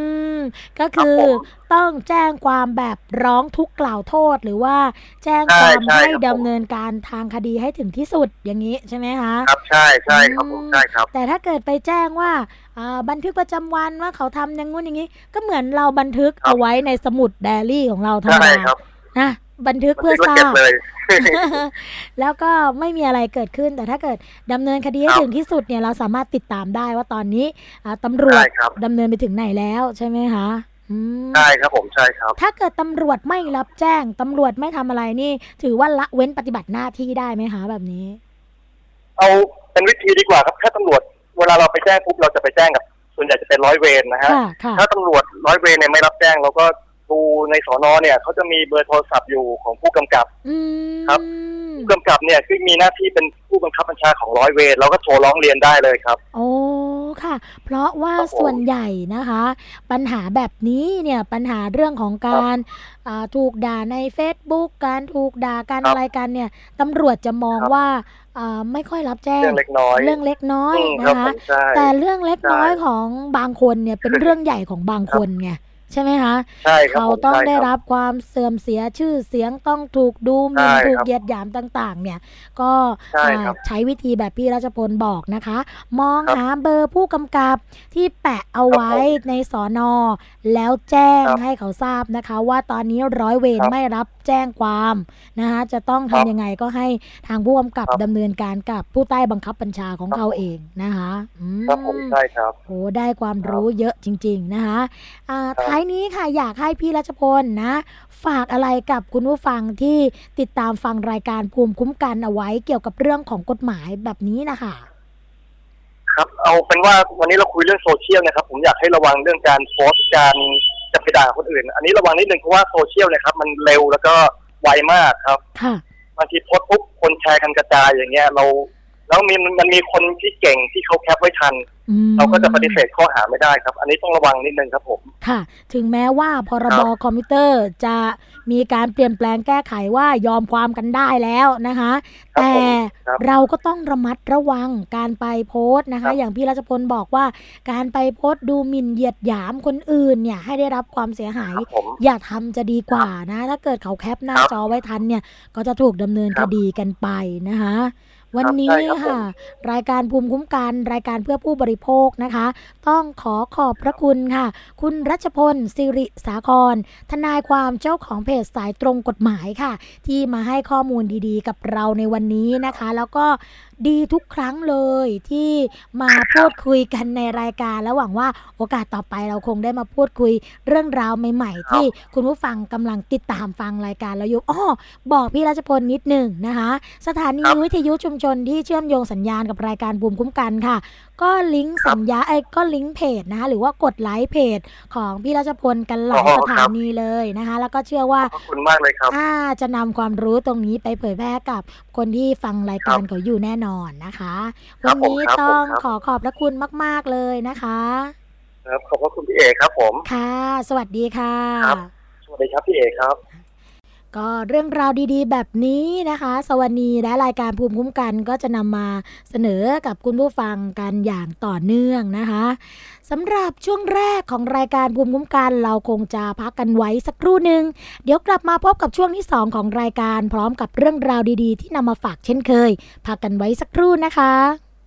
Speaker 3: ก็คือต้องแจ้งความแบบร้องทุกข์กล่าวโทษหรือว่าแจ้งความให้ดำเนินการทางคดีให้ถึงที่สุดอย่างนี้ใช่ไหมคะ
Speaker 4: ครับใช่ครับผมใช่ครับ
Speaker 3: แต่ถ้าเกิดไปแจ้งว่าบันทึกประจำวันว่าเขาทำอย่างงู้นอย่างนี้ก็เหมือนเราบันทึกเอาไว้ในสมุดไดอารี่ของเราธรรมดานะบันทึกเพื่อทราบแล้วก็ไม่มีอะไรเกิดขึ้นแต่ถ้าเกิดดำเนินคดีให้ถึงที่สุดเนี่ยเราสามารถติดตามได้ว่าตอนนี้ตำรวจดำเนินไปถึงไหนแล้วใช่ไหมคะ
Speaker 4: ใช่ครับผมใช่ครับ
Speaker 3: ถ้าเกิดตำรวจไม่รับแจ้งตำรวจไม่ทำอะไรนี่ถือว่าละเว้นปฏิบัติหน้าที่ได้ไหมคะแบบนี้
Speaker 4: เอาเป็นวิธีดีกว่าครับถ้าตำรวจเวลาเราไปแจ้งปุ๊บเราจะไปแจ้งกับส่วนใหญ่จะเป็นร้อยเวรนะฮะถ้าตำรวจร้อยเวรเนี่ยไม่รับแจ้งเราก็ดูในสน.เนี่ยเขาจะมีเบอร์โทรศัพท์อยู่ของผู้กำกับครับผู้กำกับเนี่ยคือมีหน้าที่เป็นผู้บังคับบัญชาของร้อยเวรเราก็โทรร้องเรียนได้เลยครับ
Speaker 3: โอ้ค่ะเพราะว่าส่วนใหญ่นะคะปัญหาแบบนี้เนี่ยปัญหาเรื่องของการถูกด่าใน Facebook การถูกด่าการอะไรกันเนี่ยตำรวจจะมองว่าไม่ค่อยรับแจ้ง
Speaker 4: เรื่องเล็กน้
Speaker 3: อยนะคะแต่เรื่องเล็กน้อยของบางคนเนี่ยเป็นเรื่องใหญ่ของบางคนไงใช่ไหมคะ
Speaker 4: ใช่ครับ
Speaker 3: เขาต้องได้รับความเสื่อมเสียชื่อเสียงต้องถูกดูหมิ่นถูกเหยียดหยามต่างๆเนี่ยก็ใช้วิธีแบบพี่รัชพลบอกนะคะมองหาเบอร์ผู้กำกับที่แปะเอาไว้ในสน.แล้วแจ้งให้เขาทราบนะคะว่าตอนนี้ร้อยเวรไม่รับแจ้งความนะคะจะต้องทำยังไงก็ให้ทางผู้กำกับดำเนินการกับผู้ใต้บังคับบัญชาของเขาเองนะคะ
Speaker 4: ครับผมใช่ครับ
Speaker 3: โอ้ได้ความรู้เยอะจริงๆนะคะท้ายนี้ค่ะอยากให้พี่รัชพลนะฝากอะไรกับคุณผู้ฟังที่ติดตามฟังรายการภูมิคุ้มกันเอาไว้เกี่ยวกับเรื่องของกฎหมายแบบนี้นะคะ
Speaker 4: ครับเอาเป็นว่าวันนี้เราคุยเรื่องโซเชียลนะครับผมอยากให้ระวังเรื่องการโพสต์การจะไปด่าคนอื่นอันนี้ระวังนิดนึงเพราะว่าโซเชียลนะครับมันเร็วแล้วก็ไวมากครับบางทีโพสต์ปุ๊บคนแชร์กันกระจายอย่างเงี้ยแล้วมันมีคนที่เก่งที่เขาแคปไว้ทันเราก็จะปฏิเสธข้อหาไม่ได้ครับอันนี้ต้องระวังนิดนึงครับผม
Speaker 3: ค่ะถึงแม้ว่าพรบคอมพิวเตอร์จะมีการเปลี่ยนแปลงแก้ไขว่ายอมความกันได้แล้วนะคะแต่เราก็ต้องระมัดระวังการไปโพสต์นะคะอย่างพี่รัชพลบอกว่าการไปโพสต์ดูหมิ่นเหยียดหยามคนอื่นเนี่ยให้ได้รับความเสียหายอย่าทำจะดีกว่านะถ้าเกิดเขาแคปหน้าจอไว้ทันเนี่ยก็จะถูกดำเนินคดีกันไปนะคะวันนี้ค่ะรายการภูมิคุ้มกันรายการเพื่อผู้บริโภคนะคะต้องขอบพระคุณค่ะคุณรัชพลสิริสาครทนายความเจ้าของเพจสายตรงกฎหมายค่ะที่มาให้ข้อมูลดีๆกับเราในวันนี้นะคะแล้วก็ดีทุกครั้งเลยที่มาพูดคุยกันในรายการแล้วหวังว่าโอกาสต่อไปเราคงได้มาพูดคุยเรื่องราวใหม่ๆที่คุณผู้ฟังกำลังติดตามฟังรายการแล้วอยู่บอกพี่รัชพลนิดหนึ่งนะคะสถานีวิทยุชุมชนที่เชื่อมโยงสัญญาณกับรายการภูมิคุ้มกันค่ะก็ลิงก์สัญญาก็ลิงก์เพจนะคะหรือว่ากดไลค์เพจของพี่รัชพลกันหลายสถานีเลยนะคะแล้วก็เชื่อว่า
Speaker 4: ขอบคุณมากเลยครับ
Speaker 3: จะนำความรู้ตรงนี้ไปเผยแพร่กับคนที่ฟังรายการเขาอยู่แน่นอนนะคะวันนี้ต้องขอบพระคุณมากๆเลยนะคะ
Speaker 4: ครับขอบพระคุณพี่เอกครับผม
Speaker 3: ค่ะสวัสดีค่ะ
Speaker 4: สวัสดีครับพี่เอกครับ
Speaker 3: ก็เรื่องราวดีๆแบบนี้นะคะสวนีและรายการภูมิคุ้มกันก็จะนำมาเสนอกับคุณผู้ฟังกันอย่างต่อเนื่องนะคะสำหรับช่วงแรกของรายการภูมิคุ้มกันเราคงจะพักกันไว้สักครู่หนึ่งเดี๋ยวกลับมาพบกับช่วงที่2ของรายการพร้อมกับเรื่องราวดีๆที่นำมาฝากเช่นเคยพักกันไว้สักครู่นะคะ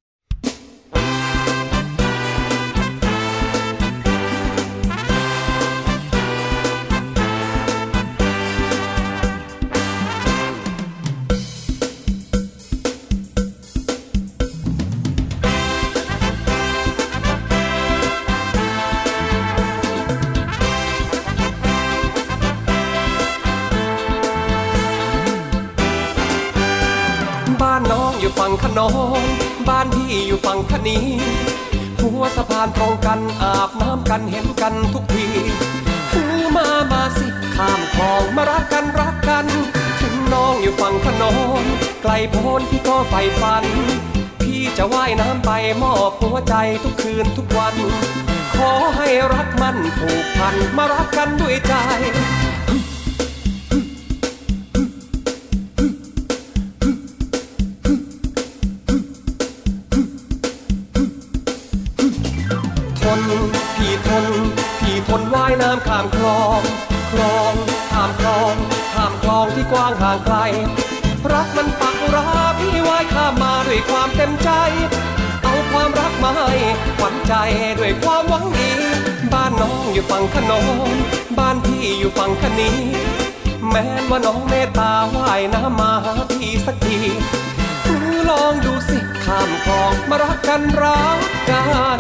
Speaker 5: ฝั่งขนองบ้านพี่อยู่ฝั่งคณีหัวสะพานตรงกันอาบน้ำกันเห็นกันทุกทีมาสิข้ามคลองมารักกันถึงน้องอยู่ฝั่งขนองไกลโพ้นพี่ก็ใฝ่ฝันพี่จะว่ายน้ำไปมอบหัวใจทุกคืนทุกวันขอให้รักมันผูกพันมารักกันด้วยใจพี่ททนว่ายน้ำข้ามคลองคลองข้ามคลองข้ามคลองที่กว้างห่างไกลรักมันปักราพี่ว่ายข้ามมาด้วยความเต็มใจเอาความรักมาให้ขวัญใจด้วยความหวังดีบ้านน้องอยู่ฝั่งขนงบ้านพี่อยู่ฝั่งคณีแม้ว่าน้องเมตตาว่ายน้ำมาหาพี่สักทีลองดูสิข้ามคลองมารักกันรักกัน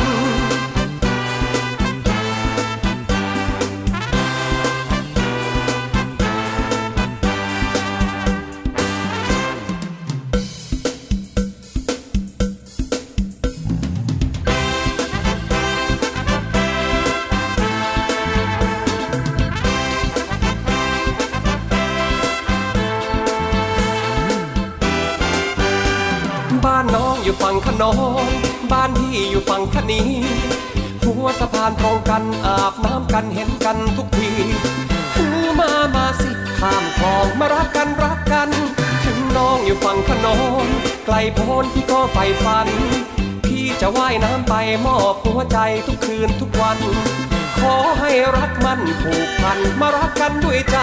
Speaker 5: บ้านน้องอยู่ฝั่งขนงบ้านพี่อยู่ฝั่งคณีหัวสะพานตรงกันอาบน้ำกันเห็นกันทุกทีมาสิข้ามคลองมารักกันรักกันถึงน้องอยู่ฝั่งขนงไกลโพ้นพี่ก็ใฝ่ฝันพี่จะว่ายน้ำไปมอบหัวใจทุกคืนทุกวันขอให้รักมันผูกพันมารักกันด้วยใจ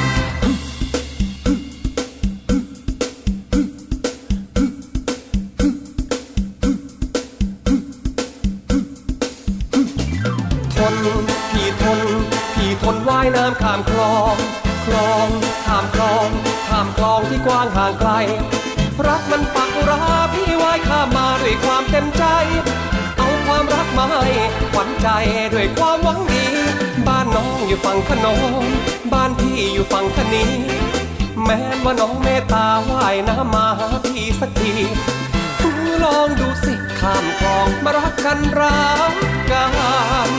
Speaker 5: พี่ทนว่ายน้ำข้ามคลองคลองข้ามคลองข้ามคลองที่กว้างห่างไกลรักมันปักราพี่ว่ายข้ามมาด้วยความเต็มใจเอาความรักมาให้ขวัญใจด้วยความหวังดีบ้านน้องอยู่ฝั่งขนงบ้านพี่อยู่ฝั่งคณีแม้ว่าน้องเมตตาว่ายน้ำมาหาพี่สักทีลองดูสิข้ามคลองมารักกันรักกัน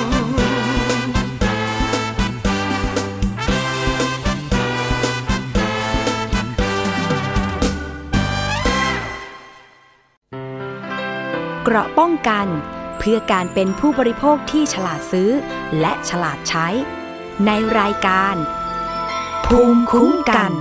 Speaker 1: เกราะป้องกันเพื่อการเป็นผู้บริโภคที่ฉลาดซื้อและฉลาดใช้ในรายการภูมิคุ้มกัน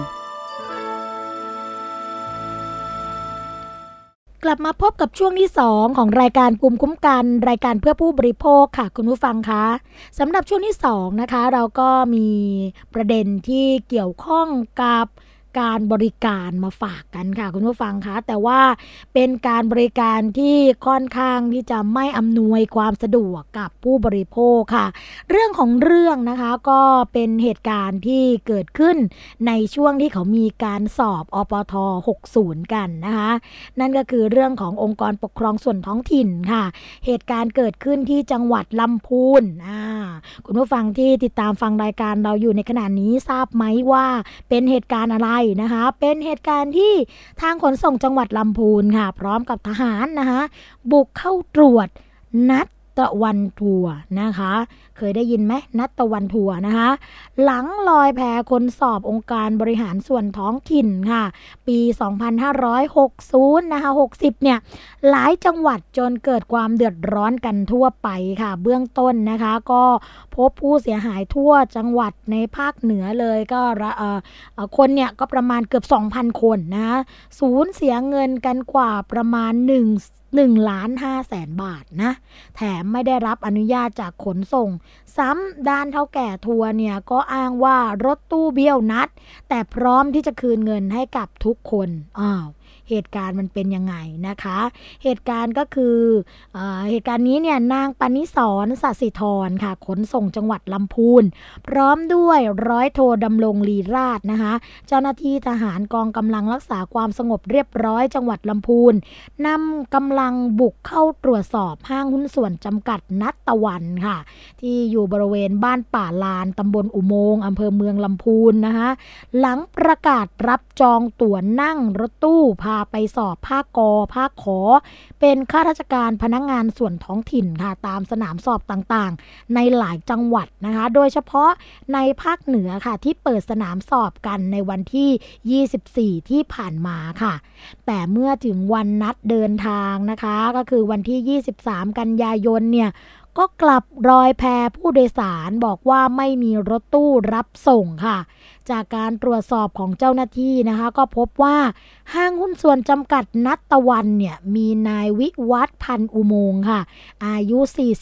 Speaker 3: กลับมาพบกับช่วงที่2ของรายการภูมิคุ้มกันรายการเพื่อผู้บริโภคค่ะคุณผู้ฟังคะสำหรับช่วงที่2นะคะเราก็มีประเด็นที่เกี่ยวข้องกับการบริการมาฝากกันค่ะคุณผู้ฟังคะแต่ว่าเป็นการบริการที่ค่อนข้างที่จะไม่อำนวยความสะดวกกับผู้บริโภคค่ะเรื่องของเรื่องนะคะก็เป็นเหตุการณ์ที่เกิดขึ้นในช่วงที่เขามีการสอบอปท60กันนะคะนั่นก็คือเรื่องขององค์กรปกครองส่วนท้องถิ่นค่ะเหตุการณ์เกิดขึ้นที่จังหวัดลำพูนคุณผู้ฟังที่ติดตามฟังรายการเราอยู่ในขณะนี้ทราบไหมว่าเป็นเหตุการณ์อะไรนะคะเป็นเหตุการณ์ที่ทางขนส่งจังหวัดลำพูนค่ะพร้อมกับทหารนะคะบุกเข้าตรวจนัดตะวันทัวร์นะคะเคยได้ยินไหมนัดตะวันทัวร์นะคะหลังลอยแพคนสอบองค์การบริหารส่วนท้องถิ่นค่ะปี2560นะคะ60เนี่ยหลายจังหวัดจนเกิดความเดือดร้อนกันทั่วไปค่ะเบื้องต้นนะคะก็พบผู้เสียหายทั่วจังหวัดในภาคเหนือเลยก็คนเนี่ยก็ประมาณเกือบ 2,000 คนนะสูญเสียเงินกันกว่าประมาณ1,500,000 บาทนะแถมไม่ได้รับอนุญาตจากขนส่งซ้ำด้านเท่าแก่ทัวร์เนี่ยก็อ้างว่ารถตู้เบี้ยวนัดแต่พร้อมที่จะคืนเงินให้กับทุกคนเหตุการณ์มันเป็นยังไงนะคะเหตุการณ์ก็คือเหตุการณ์นี้เนี่ยนางปณิสรสศิธรค่ะขนส่งจังหวัดลำพูนพร้อมด้วยร้อยโทดำรงลีราชนะคะเจ้าหน้าที่ทหารกองกำลังรักษาความสงบเรียบร้อยจังหวัดลำพูนนำกำลังบุกเข้าตรวจสอบห้างหุ้นส่วนจำกัดนัดตะวันค่ะที่อยู่บริเวณบ้านป่าลานตำบลอุโมงค์อำเภอเมืองลำพูนนะคะหลังประกาศรับจองตั๋วนั่งรถตู้พาไปสอบภาคกอภาคขอเป็นข้าราชการพนักงานส่วนท้องถิ่นค่ะตามสนามสอบต่างๆในหลายจังหวัดนะคะโดยเฉพาะในภาคเหนือค่ะที่เปิดสนามสอบกันในวันที่24ที่ผ่านมาค่ะแต่เมื่อถึงวันนัดเดินทางนะคะก็คือวันที่23กันยายนเนี่ยก็กลับรอยแพผู้โดยสารบอกว่าไม่มีรถตู้รับส่งค่ะจากการตรวจสอบของเจ้าหน้าที่นะคะก็พบว่าห้างหุ้นส่วนจำกัดณัฐวันเนี่ยมีนายวิวัฒน์พันอุโมงค์ค่ะอายุ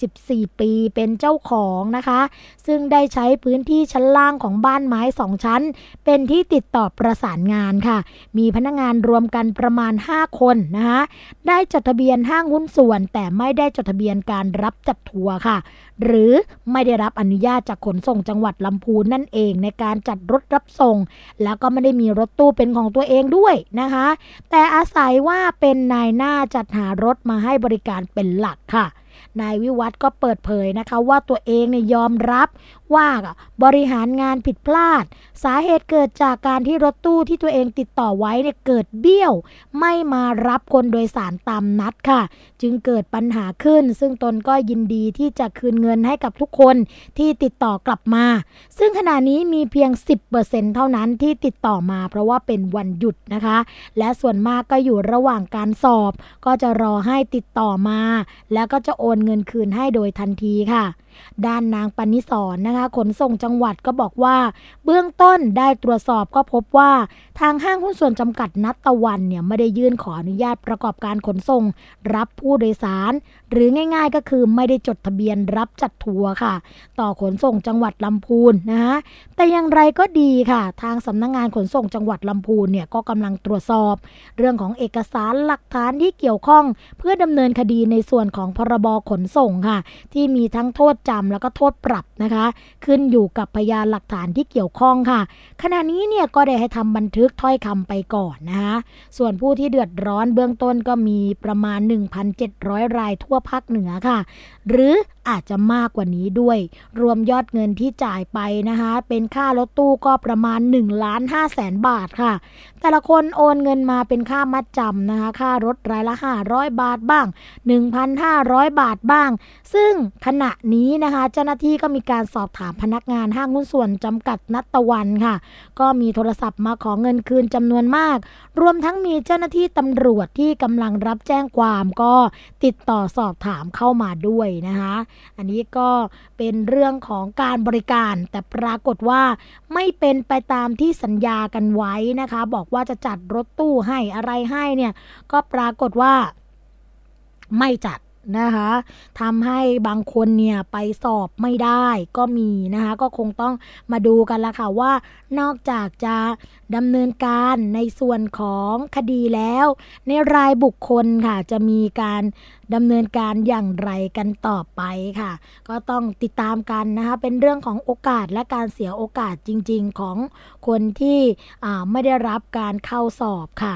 Speaker 3: 44ปีเป็นเจ้าของนะคะซึ่งได้ใช้พื้นที่ชั้นล่างของบ้านไม้2ชั้นเป็นที่ติดต่อประสานงานค่ะมีพนักงานรวมกันประมาณ5คนนะคะได้จดทะเบียนห้างหุ้นส่วนแต่ไม่ได้จดทะเบียนการรับจัดทัวร์ค่ะหรือไม่ได้รับอนุญาตจากขนส่งจังหวัดลำพูนนั่นเองในการจัดรถรับส่งแล้วก็ไม่ได้มีรถตู้เป็นของตัวเองด้วยนะคะแต่อาศัยว่าเป็นนายหน้าจัดหารถมาให้บริการเป็นหลักค่ะนายวิวัฒน์ก็เปิดเผยนะคะว่าตัวเองเนี่ยยอมรับว่าบริหารงานผิดพลาดสาเหตุเกิดจากการที่รถตู้ที่ตัวเองติดต่อไว้เนี่ยเกิดเบี้ยวไม่มารับคนโดยสารตามนัดค่ะจึงเกิดปัญหาขึ้นซึ่งตนก็ยินดีที่จะคืนเงินให้กับทุกคนที่ติดต่อกลับมาซึ่งขณะนี้มีเพียง 10% เท่านั้นที่ติดต่อมาเพราะว่าเป็นวันหยุดนะคะและส่วนมากก็อยู่ระหว่างการสอบก็จะรอให้ติดต่อมาแล้วก็จะโอนเงินคืนให้โดยทันทีค่ะด้านนางปณิสรนะคะขนส่งจังหวัดก็บอกว่าเบื้องต้นได้ตรวจสอบก็พบว่าทางห้างหุ้นส่วนจำกัดณัฐวันเนี่ยไม่ได้ยื่นขออนุญาตประกอบการขนส่งรับผู้โดยสารหรือง่ายๆก็คือไม่ได้จดทะเบียนรับจัดทัวร์ค่ะต่อขนส่งจังหวัดลำพูนนะคะแต่อย่างไรก็ดีค่ะทางสำนักงานขนส่งจังหวัดลำพูนเนี่ยก็กำลังตรวจสอบเรื่องของเอกสารหลักฐานที่เกี่ยวข้องเพื่อดำเนินคดีในส่วนของพรบขนส่งค่ะที่มีทั้งโทษจำแล้วก็โทษปรับนะคะขึ้นอยู่กับพยานหลักฐานที่เกี่ยวข้องค่ะขณะนี้เนี่ยก็ได้ให้ทำบันทึกถ้อยคำไปก่อนนะคะส่วนผู้ที่เดือดร้อนเบื้องต้นก็มีประมาณ 1,700 รายทั่วภาคเหนือค่ะหรืออาจจะมากกว่านี้ด้วยรวมยอดเงินที่จ่ายไปนะคะเป็นค่ารถตู้ก็ประมาณ 1,500,000 บาทค่ะแต่ละคนโอนเงินมาเป็นค่ามัดจำนะคะค่ารถรายละ500 บาทบ้าง 1,500 บาทบ้างซึ่งขณะนี้นะคะเจ้าหน้าที่ก็มีการสอบถามพนักงานห้างหุ้นส่วนจำกัดณัฐวันค่ะก็มีโทรศัพท์มาขอเงินคืนจำนวนมากรวมทั้งมีเจ้าหน้าที่ตำรวจที่กำลังรับแจ้งความก็ติดต่อสอบถามเข้ามาด้วยนะคะอันนี้ก็เป็นเรื่องของการบริการแต่ปรากฏว่าไม่เป็นไปตามที่สัญญากันไว้นะคะบอกว่าจะจัดรถตู้ให้อะไรให้เนี่ยก็ปรากฏว่าไม่จัดนะคะทำให้บางคนเนี่ยไปสอบไม่ได้ก็มีนะคะก็คงต้องมาดูกันละค่ะว่านอกจากจะดำเนินการในส่วนของคดีแล้วในรายบุคคลค่ะจะมีการดำเนินการอย่างไรกันต่อไปค่ะก็ต้องติดตามกันนะคะเป็นเรื่องของโอกาสและการเสียโอกาสจริงๆของคนที่ไม่ได้รับการเข้าสอบค่ะ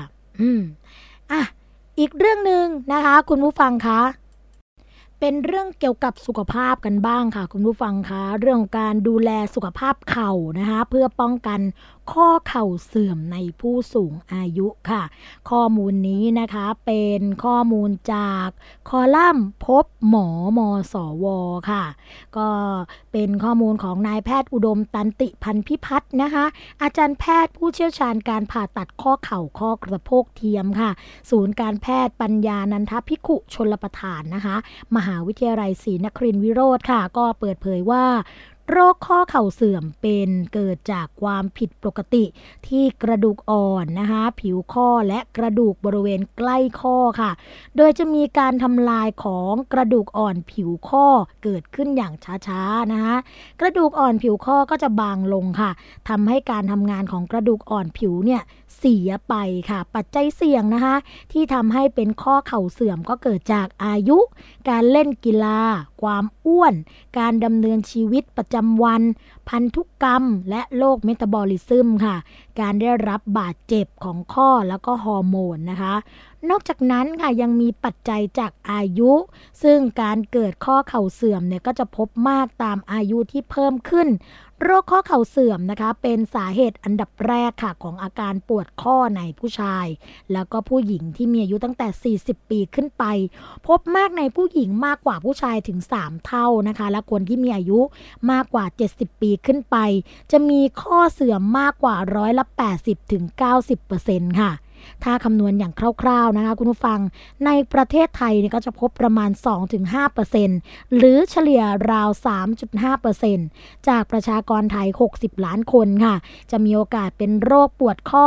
Speaker 3: อีกเรื่องนึงนะคะคุณผู้ฟังคะเป็นเรื่องเกี่ยวกับสุขภาพกันบ้างค่ะคุณผู้ฟังคะเรื่องของการดูแลสุขภาพเข่านะคะเพื่อป้องกันข้อเข่าเสื่อมในผู้สูงอายุค่ะข้อมูลนี้นะคะเป็นข้อมูลจากคอลัมน์พบหมอมสวค่ะก็เป็นข้อมูลของนายแพทย์อุดมตันติพันพิพัฒน์นะคะอาจารย์แพทย์ผู้เชี่ยวชาญการผ่าตัดข้อเข่าข้อกระโพกเทียมค่ะศูนย์การแพทย์ปัญญานันทภิกขุชลประทานนะคะมหาวิทยาลัยศรีนครินทร์วิโรธค่ะก็เปิดเผยว่าโรคข้อเข่าเสื่อมเป็นเกิดจากความผิดปกติที่กระดูกอ่อนนะคะผิวข้อและกระดูกบริเวณใกล้ข้อค่ะโดยจะมีการทำลายของกระดูกอ่อนผิวข้อเกิดขึ้นอย่างช้าๆนะคะกระดูกอ่อนผิวข้อก็จะบางลงค่ะทำให้การทำงานของกระดูกอ่อนผิวเนี่ยเสียไปค่ะปัจจัยเสี่ยงนะคะที่ทำให้เป็นข้อเข่าเสื่อมก็เกิดจากอายุการเล่นกีฬาความอ้วนการดำเนินชีวิตประจำวันพันธุกรรมและโรคเมตาบอลิซึมค่ะการได้รับบาดเจ็บของข้อแล้วก็ฮอร์โมนนะคะนอกจากนั้นค่ะยังมีปัจจัยจากอายุซึ่งการเกิดข้อเข่าเสื่อมเนี่ยก็จะพบมากตามอายุที่เพิ่มขึ้นโรคข้อเข่าเสื่อมนะคะเป็นสาเหตุอันดับแรกค่ะของอาการปวดข้อในผู้ชายแล้วก็ผู้หญิงที่มีอายุตั้งแต่40ปีขึ้นไปพบมากในผู้หญิงมากกว่าผู้ชายถึง3เท่านะคะและคนที่มีอายุมากกว่า70ปีขึ้นไปจะมีข้อเสื่อมมากกว่า80-90%ค่ะถ้าคำนวณอย่างคร่าวๆนะคะคุณผู้ฟังในประเทศไทยเนี่ยก็จะพบประมาณ 2-5% หรือเฉลี่ยราว 3.5% จากประชากรไทย60ล้านคนค่ะจะมีโอกาสเป็นโรคปวดข้อ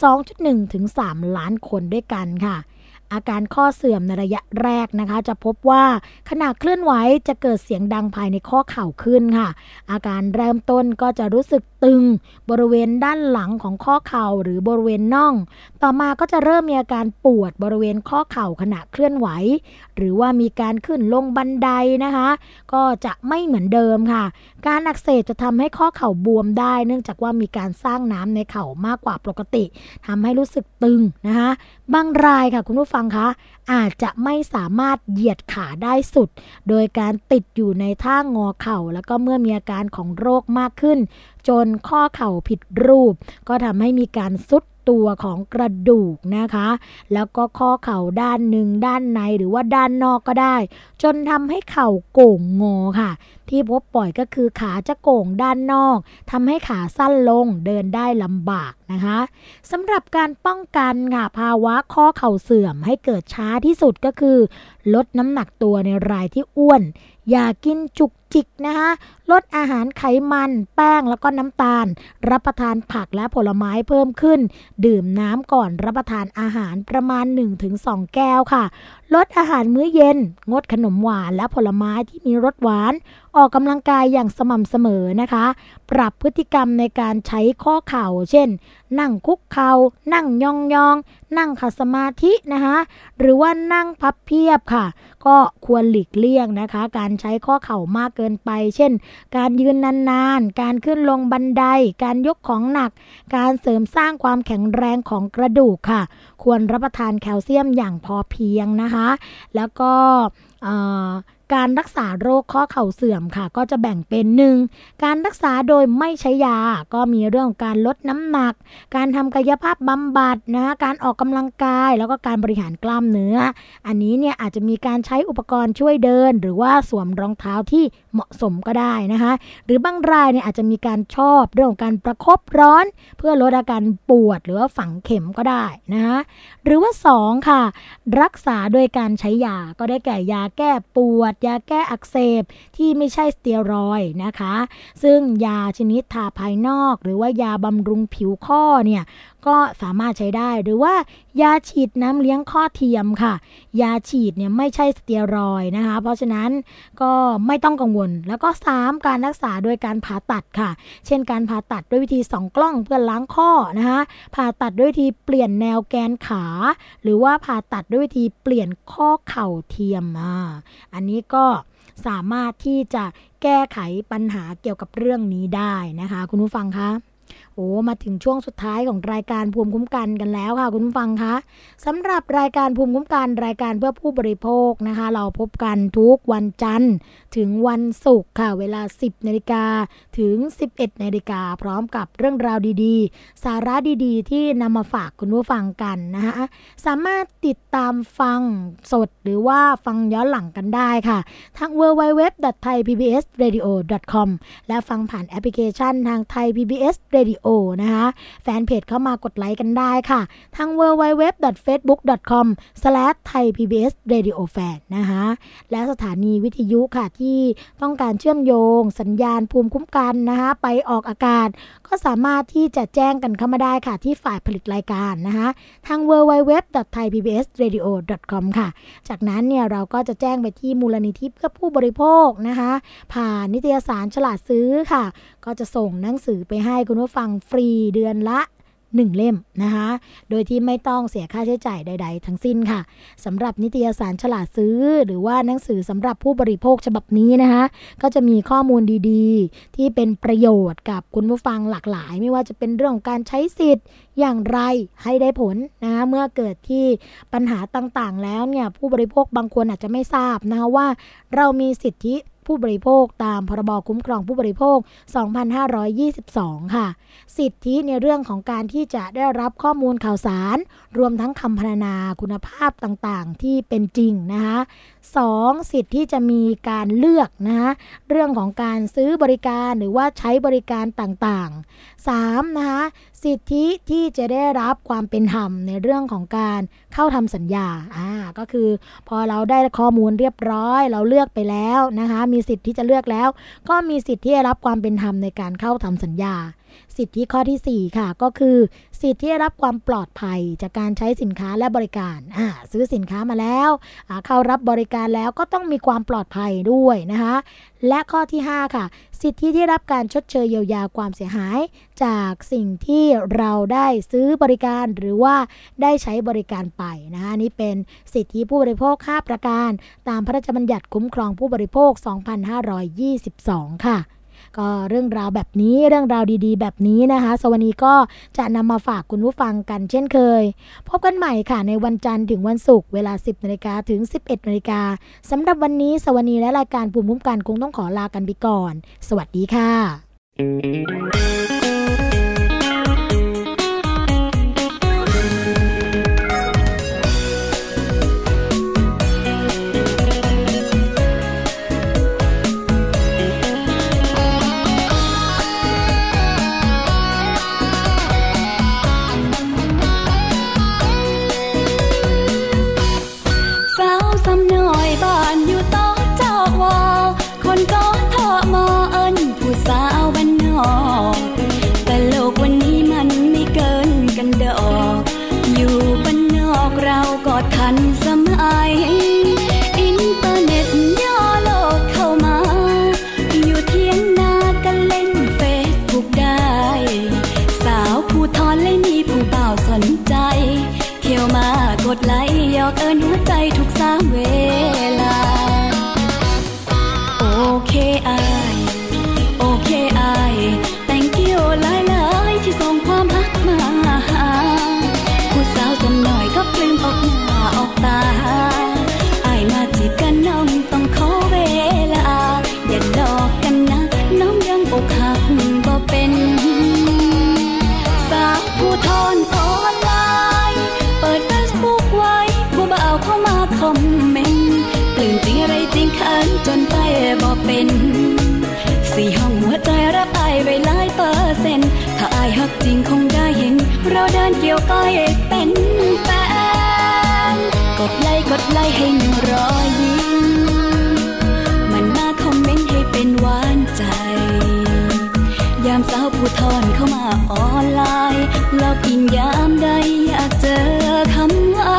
Speaker 3: 2.1-3 ล้านคนด้วยกันค่ะอาการข้อเสื่อมในระยะแรกนะคะจะพบว่าขณะเคลื่อนไหวจะเกิดเสียงดังภายในข้อเข่าขึ้นค่ะอาการเริ่มต้นก็จะรู้สึกตึงบริเวณด้านหลังของข้อเข่าหรือบริเวณน่องต่อมาก็จะเริ่มมีอาการปวดบริเวณข้อเข่าขณะเคลื่อนไหวหรือว่ามีการขึ้นลงบันไดนะคะก็จะไม่เหมือนเดิมค่ะการอักเสบจะทำให้ข้อเข่าบวมได้เนื่องจากว่ามีการสร้างน้ำในเข่ามากกว่าปกติทำให้รู้สึกตึงนะคะบางรายค่ะคุณผู้ฟังคะอาจจะไม่สามารถเหยียดขาได้สุดโดยการติดอยู่ในท่างอเข่าแล้วก็เมื่อมีอาการของโรคมากขึ้นจนข้อเข่าผิดรูปก็ทำให้มีการทรุดตัวของกระดูกนะคะแล้วก็ข้อเข่าด้านหนึ่งด้านในหรือว่าด้านนอกก็ได้จนทำให้เข่าโก่งงอค่ะที่พบบ่อยก็คือขาจะโก่งด้านนอกทำให้ขาสั้นลงเดินได้ลำบากนะคะสำหรับการป้องกันค่ะภาวะข้อเข่าเสื่อมให้เกิดช้าที่สุดก็คือลดน้ำหนักตัวในรายที่อ้วนอย่ากินจุกจิกนะคะลดอาหารไขมันแป้งแล้วก็น้ำตาลรับประทานผักและผลไม้เพิ่มขึ้นดื่มน้ำก่อนรับประทานอาหารประมาณ 1-2 แก้วค่ะลดอาหารมื้อเย็นงดขนมหวานและผลไม้ที่มีรสหวานออกกำลังกายอย่างสม่ำเสมอนะคะปรับพฤติกรรมในการใช้ข้อเข่าเช่นนั่งคุกเข่านั่งยองๆนั่งขัดสมาธินะคะหรือว่านั่งพับเพียบค่ะก็ควรหลีกเลี่ยงนะคะการใช้ข้อเข่ามากเกินไปเช่นการยืนนานๆการขึ้นลงบันไดการยกของหนักการเสริมสร้างความแข็งแรงของกระดูกค่ะควรรับประทานแคลเซียมอย่างพอเพียงนะคะแล้วก็การรักษาโรคข้อเข่าเสื่อมค่ะก็จะแบ่งเป็น1การรักษาโดยไม่ใช้ยาก็มีเรื่องของการลดน้ำหนักการทำกายภาพบำบัดนะการออกกำลังกายแล้วก็การบริหารกล้ามเนื้ออันนี้เนี่ยอาจจะมีการใช้อุปกรณ์ช่วยเดินหรือว่าสวมรองเท้าที่เหมาะสมก็ได้นะคะหรือบางรายเนี่ยอาจจะมีการชอบเรื่องของการประคบร้อนเพื่อลดอาการปวดหรือว่าฝังเข็มก็ได้นะคะหรือว่า2ค่ะรักษาโดยการใช้ยาก็ได้แก่ยาแก้ปวดยาแก้อักเสบที่ไม่ใช่สเตียรอยด์นะคะซึ่งยาชนิดทาภายนอกหรือว่ายาบำรุงผิวข้อเนี่ยก็สามารถใช้ได้หรือว่ายาฉีดน้ำเลี้ยงข้อเทียมค่ะยาฉีดเนี่ยไม่ใช่สเตียรอยด์นะคะเพราะฉะนั้นก็ไม่ต้องกังวลแล้วก็3การรักษาโดยการผ่าตัดค่ะเช่นการผ่าตัดด้วยวิธีส่องกล้องเพื่อล้างข้อนะคะผ่าตัดด้วยวิธีเปลี่ยนแนวแกนขาหรือว่าผ่าตัดด้วยวิธีเปลี่ยนข้อเข่าเทียมอันนี้ก็สามารถที่จะแก้ไขปัญหาเกี่ยวกับเรื่องนี้ได้นะคะคุณผู้ฟังคะมาถึงช่วงสุดท้ายของรายการภูมิคุ้มกันกันแล้วค่ะคุณผู้ฟังคะสำหรับรายการภูมิคุ้มกันรายการเพื่อผู้บริโภคนะคะเราพบกันทุกวันจันทร์ถึงวันศุกร์ค่ะเวลา 10 นาฬิกาถึง 11 นาฬิกาพร้อมกับเรื่องราวดีๆสาระดีๆที่นำมาฝากคุณผู้ฟังกันนะคะสามารถติดตามฟังสดหรือว่าฟังย้อนหลังกันได้ค่ะทาง www.thaipbsradio.com และฟังผ่านแอปพลิเคชันทาง Thai PBS Radioนะคะแฟนเพจเข้ามากดไลค์กันได้ค่ะทาง www.facebook.com/thaipbsradiofan นะคะและสถานีวิทยุค่ะที่ต้องการเชื่อมโยงสัญญาณภูมิคุ้มกันนะคะไปออกอากาศก็สามารถที่จะแจ้งกันเข้ามาได้ค่ะที่ฝ่ายผลิตรายการนะคะทาง www.thaipbsradio.com ค่ะจากนั้นเนี่ยเราก็จะแจ้งไปที่มูลนิธิเพื่อผู้บริโภคนะคะผ่านนิตยสารฉลาดซื้อค่ะก็จะส่งหนังสือไปให้คุณผู้ฟังฟรีเดือนละ1เล่มนะคะโดยที่ไม่ต้องเสียค่าใช้จ่ายใดๆทั้งสิ้นค่ะสำหรับนิตยสารฉลาดซื้อหรือว่าหนังสือสำหรับผู้บริโภคฉบับนี้นะคะก็จะมีข้อมูลดีๆที่เป็นประโยชน์กับคุณผู้ฟังหลากหลายไม่ว่าจะเป็นเรื่องของการใช้สิทธิ์อย่างไรให้ได้ผลนะคะเมื่อเกิดที่ปัญหาต่างๆแล้วเนี่ยผู้บริโภคบางคนอาจจะไม่ทราบนะคะว่าเรามีสิทธิผู้บริโภคตามพรบคุ้มครองผู้บริโภค 2522 ค่ะสิทธิในเรื่องของการที่จะได้รับข้อมูลข่าวสารรวมทั้งคำพรรณนาคุณภาพต่างๆที่เป็นจริงนะคะ2สิทธิที่จะมีการเลือกนะคะเรื่องของการซื้อบริการหรือว่าใช้บริการต่างๆ3นะคะสิทธิที่จะได้รับความเป็นธรรมในเรื่องของการเข้าทำสัญญาก็คือพอเราได้ข้อมูลเรียบร้อยเราเลือกไปแล้วนะคะมีสิทธิ์ที่จะเลือกแล้วก็มีสิทธิ์ที่จะรับความเป็นธรรมในการเข้าทำสัญญาสิทธิข้อที่4ค่ะก็คือสิทธิที่ได้รับความปลอดภัยจากการใช้สินค้าและบริการซื้อสินค้ามาแล้วเข้ารับบริการแล้วก็ต้องมีความปลอดภัยด้วยนะคะและข้อที่5ค่ะสิทธิที่รับการชดเชยเยียวยาความเสียหายจากสิ่งที่เราได้ซื้อบริการหรือว่าได้ใช้บริการไปนะคะนี่เป็นสิทธิผู้บริโภค5ประการตามพระราชบัญญัติคุ้มครองผู้บริโภค 2522 ค่ะก็เรื่องราวแบบนี้เรื่องราวดีๆแบบนี้นะคะสวนีก็จะนำมาฝากคุณผู้ฟังกันเช่นเคยพบกันใหม่ค่ะในวันจันทร์ถึงวันศุกร์เวลา 10 นาฬิกาถึง 11 นาฬิกาสำหรับวันนี้สวนีและรายการภูมิคุ้มกันคงต้องขอลากันไปก่อนสวัสดีค่ะ
Speaker 6: แต่โลกวันนี้มันไม่เกินกันดอกอยู่บ้านนอกเราก็ทันสมัยอินเทอร์เน็ตย่อโลกเข้ามาอยู่เที่ยงนากันเล่นเฟซบุ๊กได้สาวผู้ทอนและมีผู้บ่าวสนใจเที่ยวมากดไลค์หยอกเอิญหัวใจทุก3 เวลาโอเคโอเคthank you หลายๆที่ส่งความรักมาหาผู้สาวสำน้อยก็ปลื้มออกหน้าออกตามาจีบกันน้องต้องขอเวลาอย่าหลอกกันนะน้องยังอกหักบ่เป็นสาวผู้ทอนออนไลน์เปิด Facebook ไว้ผู้บ่าวเข้ามาคอมเมนต์ปลื้มจริงอะไรจริงเขินจนไปบ่เป็น4 ห้องหัวใจรับไว้หลายเปอร์เซ็นต์ถ้าฮักจริงคงได้เห็นเราเดินเกี่ยวก้อยเป็นแฟนกดไลค์ให้1 รอยยิ้มมันมาคอมเมนต์ให้เป็นหวานใจยามสาวผู้ทอนเข้ามาออนไลน์แล้วกินยามใดอยากเจอคำว่า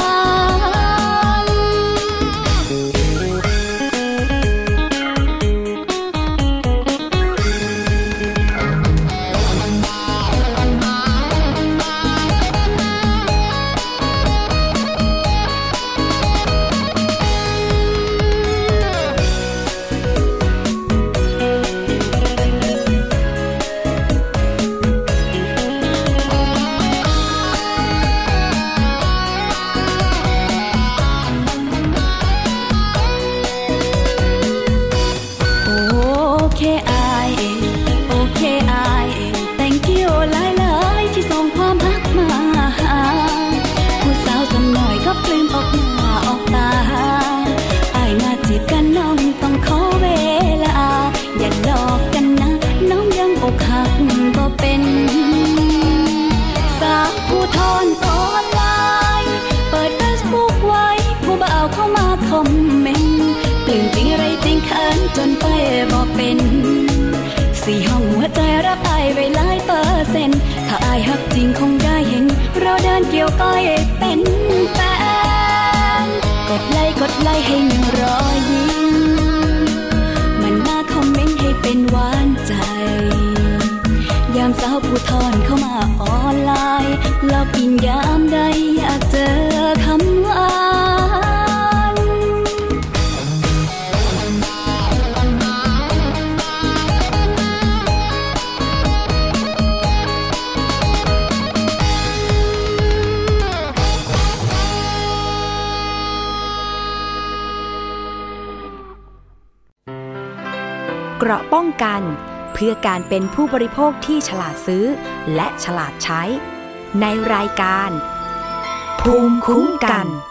Speaker 6: thank you หลายๆที่ส่งความรักมาหาผู้สาวสำน้อยก็ปลื้มออกหน้าออกตามาจีบกันน้องต้องขอเวลาอย่าหลอกกันนะน้องยังอกหักบ่เป็นสาวผู้ทอนออนไลน์เปิด Facebook ไว้ผู้บ่าวเข้ามาคอมเมนต์ปลื้มจริงอะไรจริงเขินจนไปบ่เป็น4 ห้องหัวใจรับไว้หลายเปอร์เซ็นต์ถ้าฮักจริงคงได้เห็นเราเดินเกี่ยวก้อยเป็นแฟนกดไลค์ให้1 รอยยิ้มมันมาคอมเมนต์ให้เป็นหวานใจยามสาวผู้ทอนเข้ามาออนไลน์แล้วกินยามใดอยากเจอคำว่า
Speaker 1: เกราะป้องกันเพื่อการเป็นผู้บริโภคที่ฉลาดซื้อและฉลาดใช้ในรายการภูมิคุ้มกัน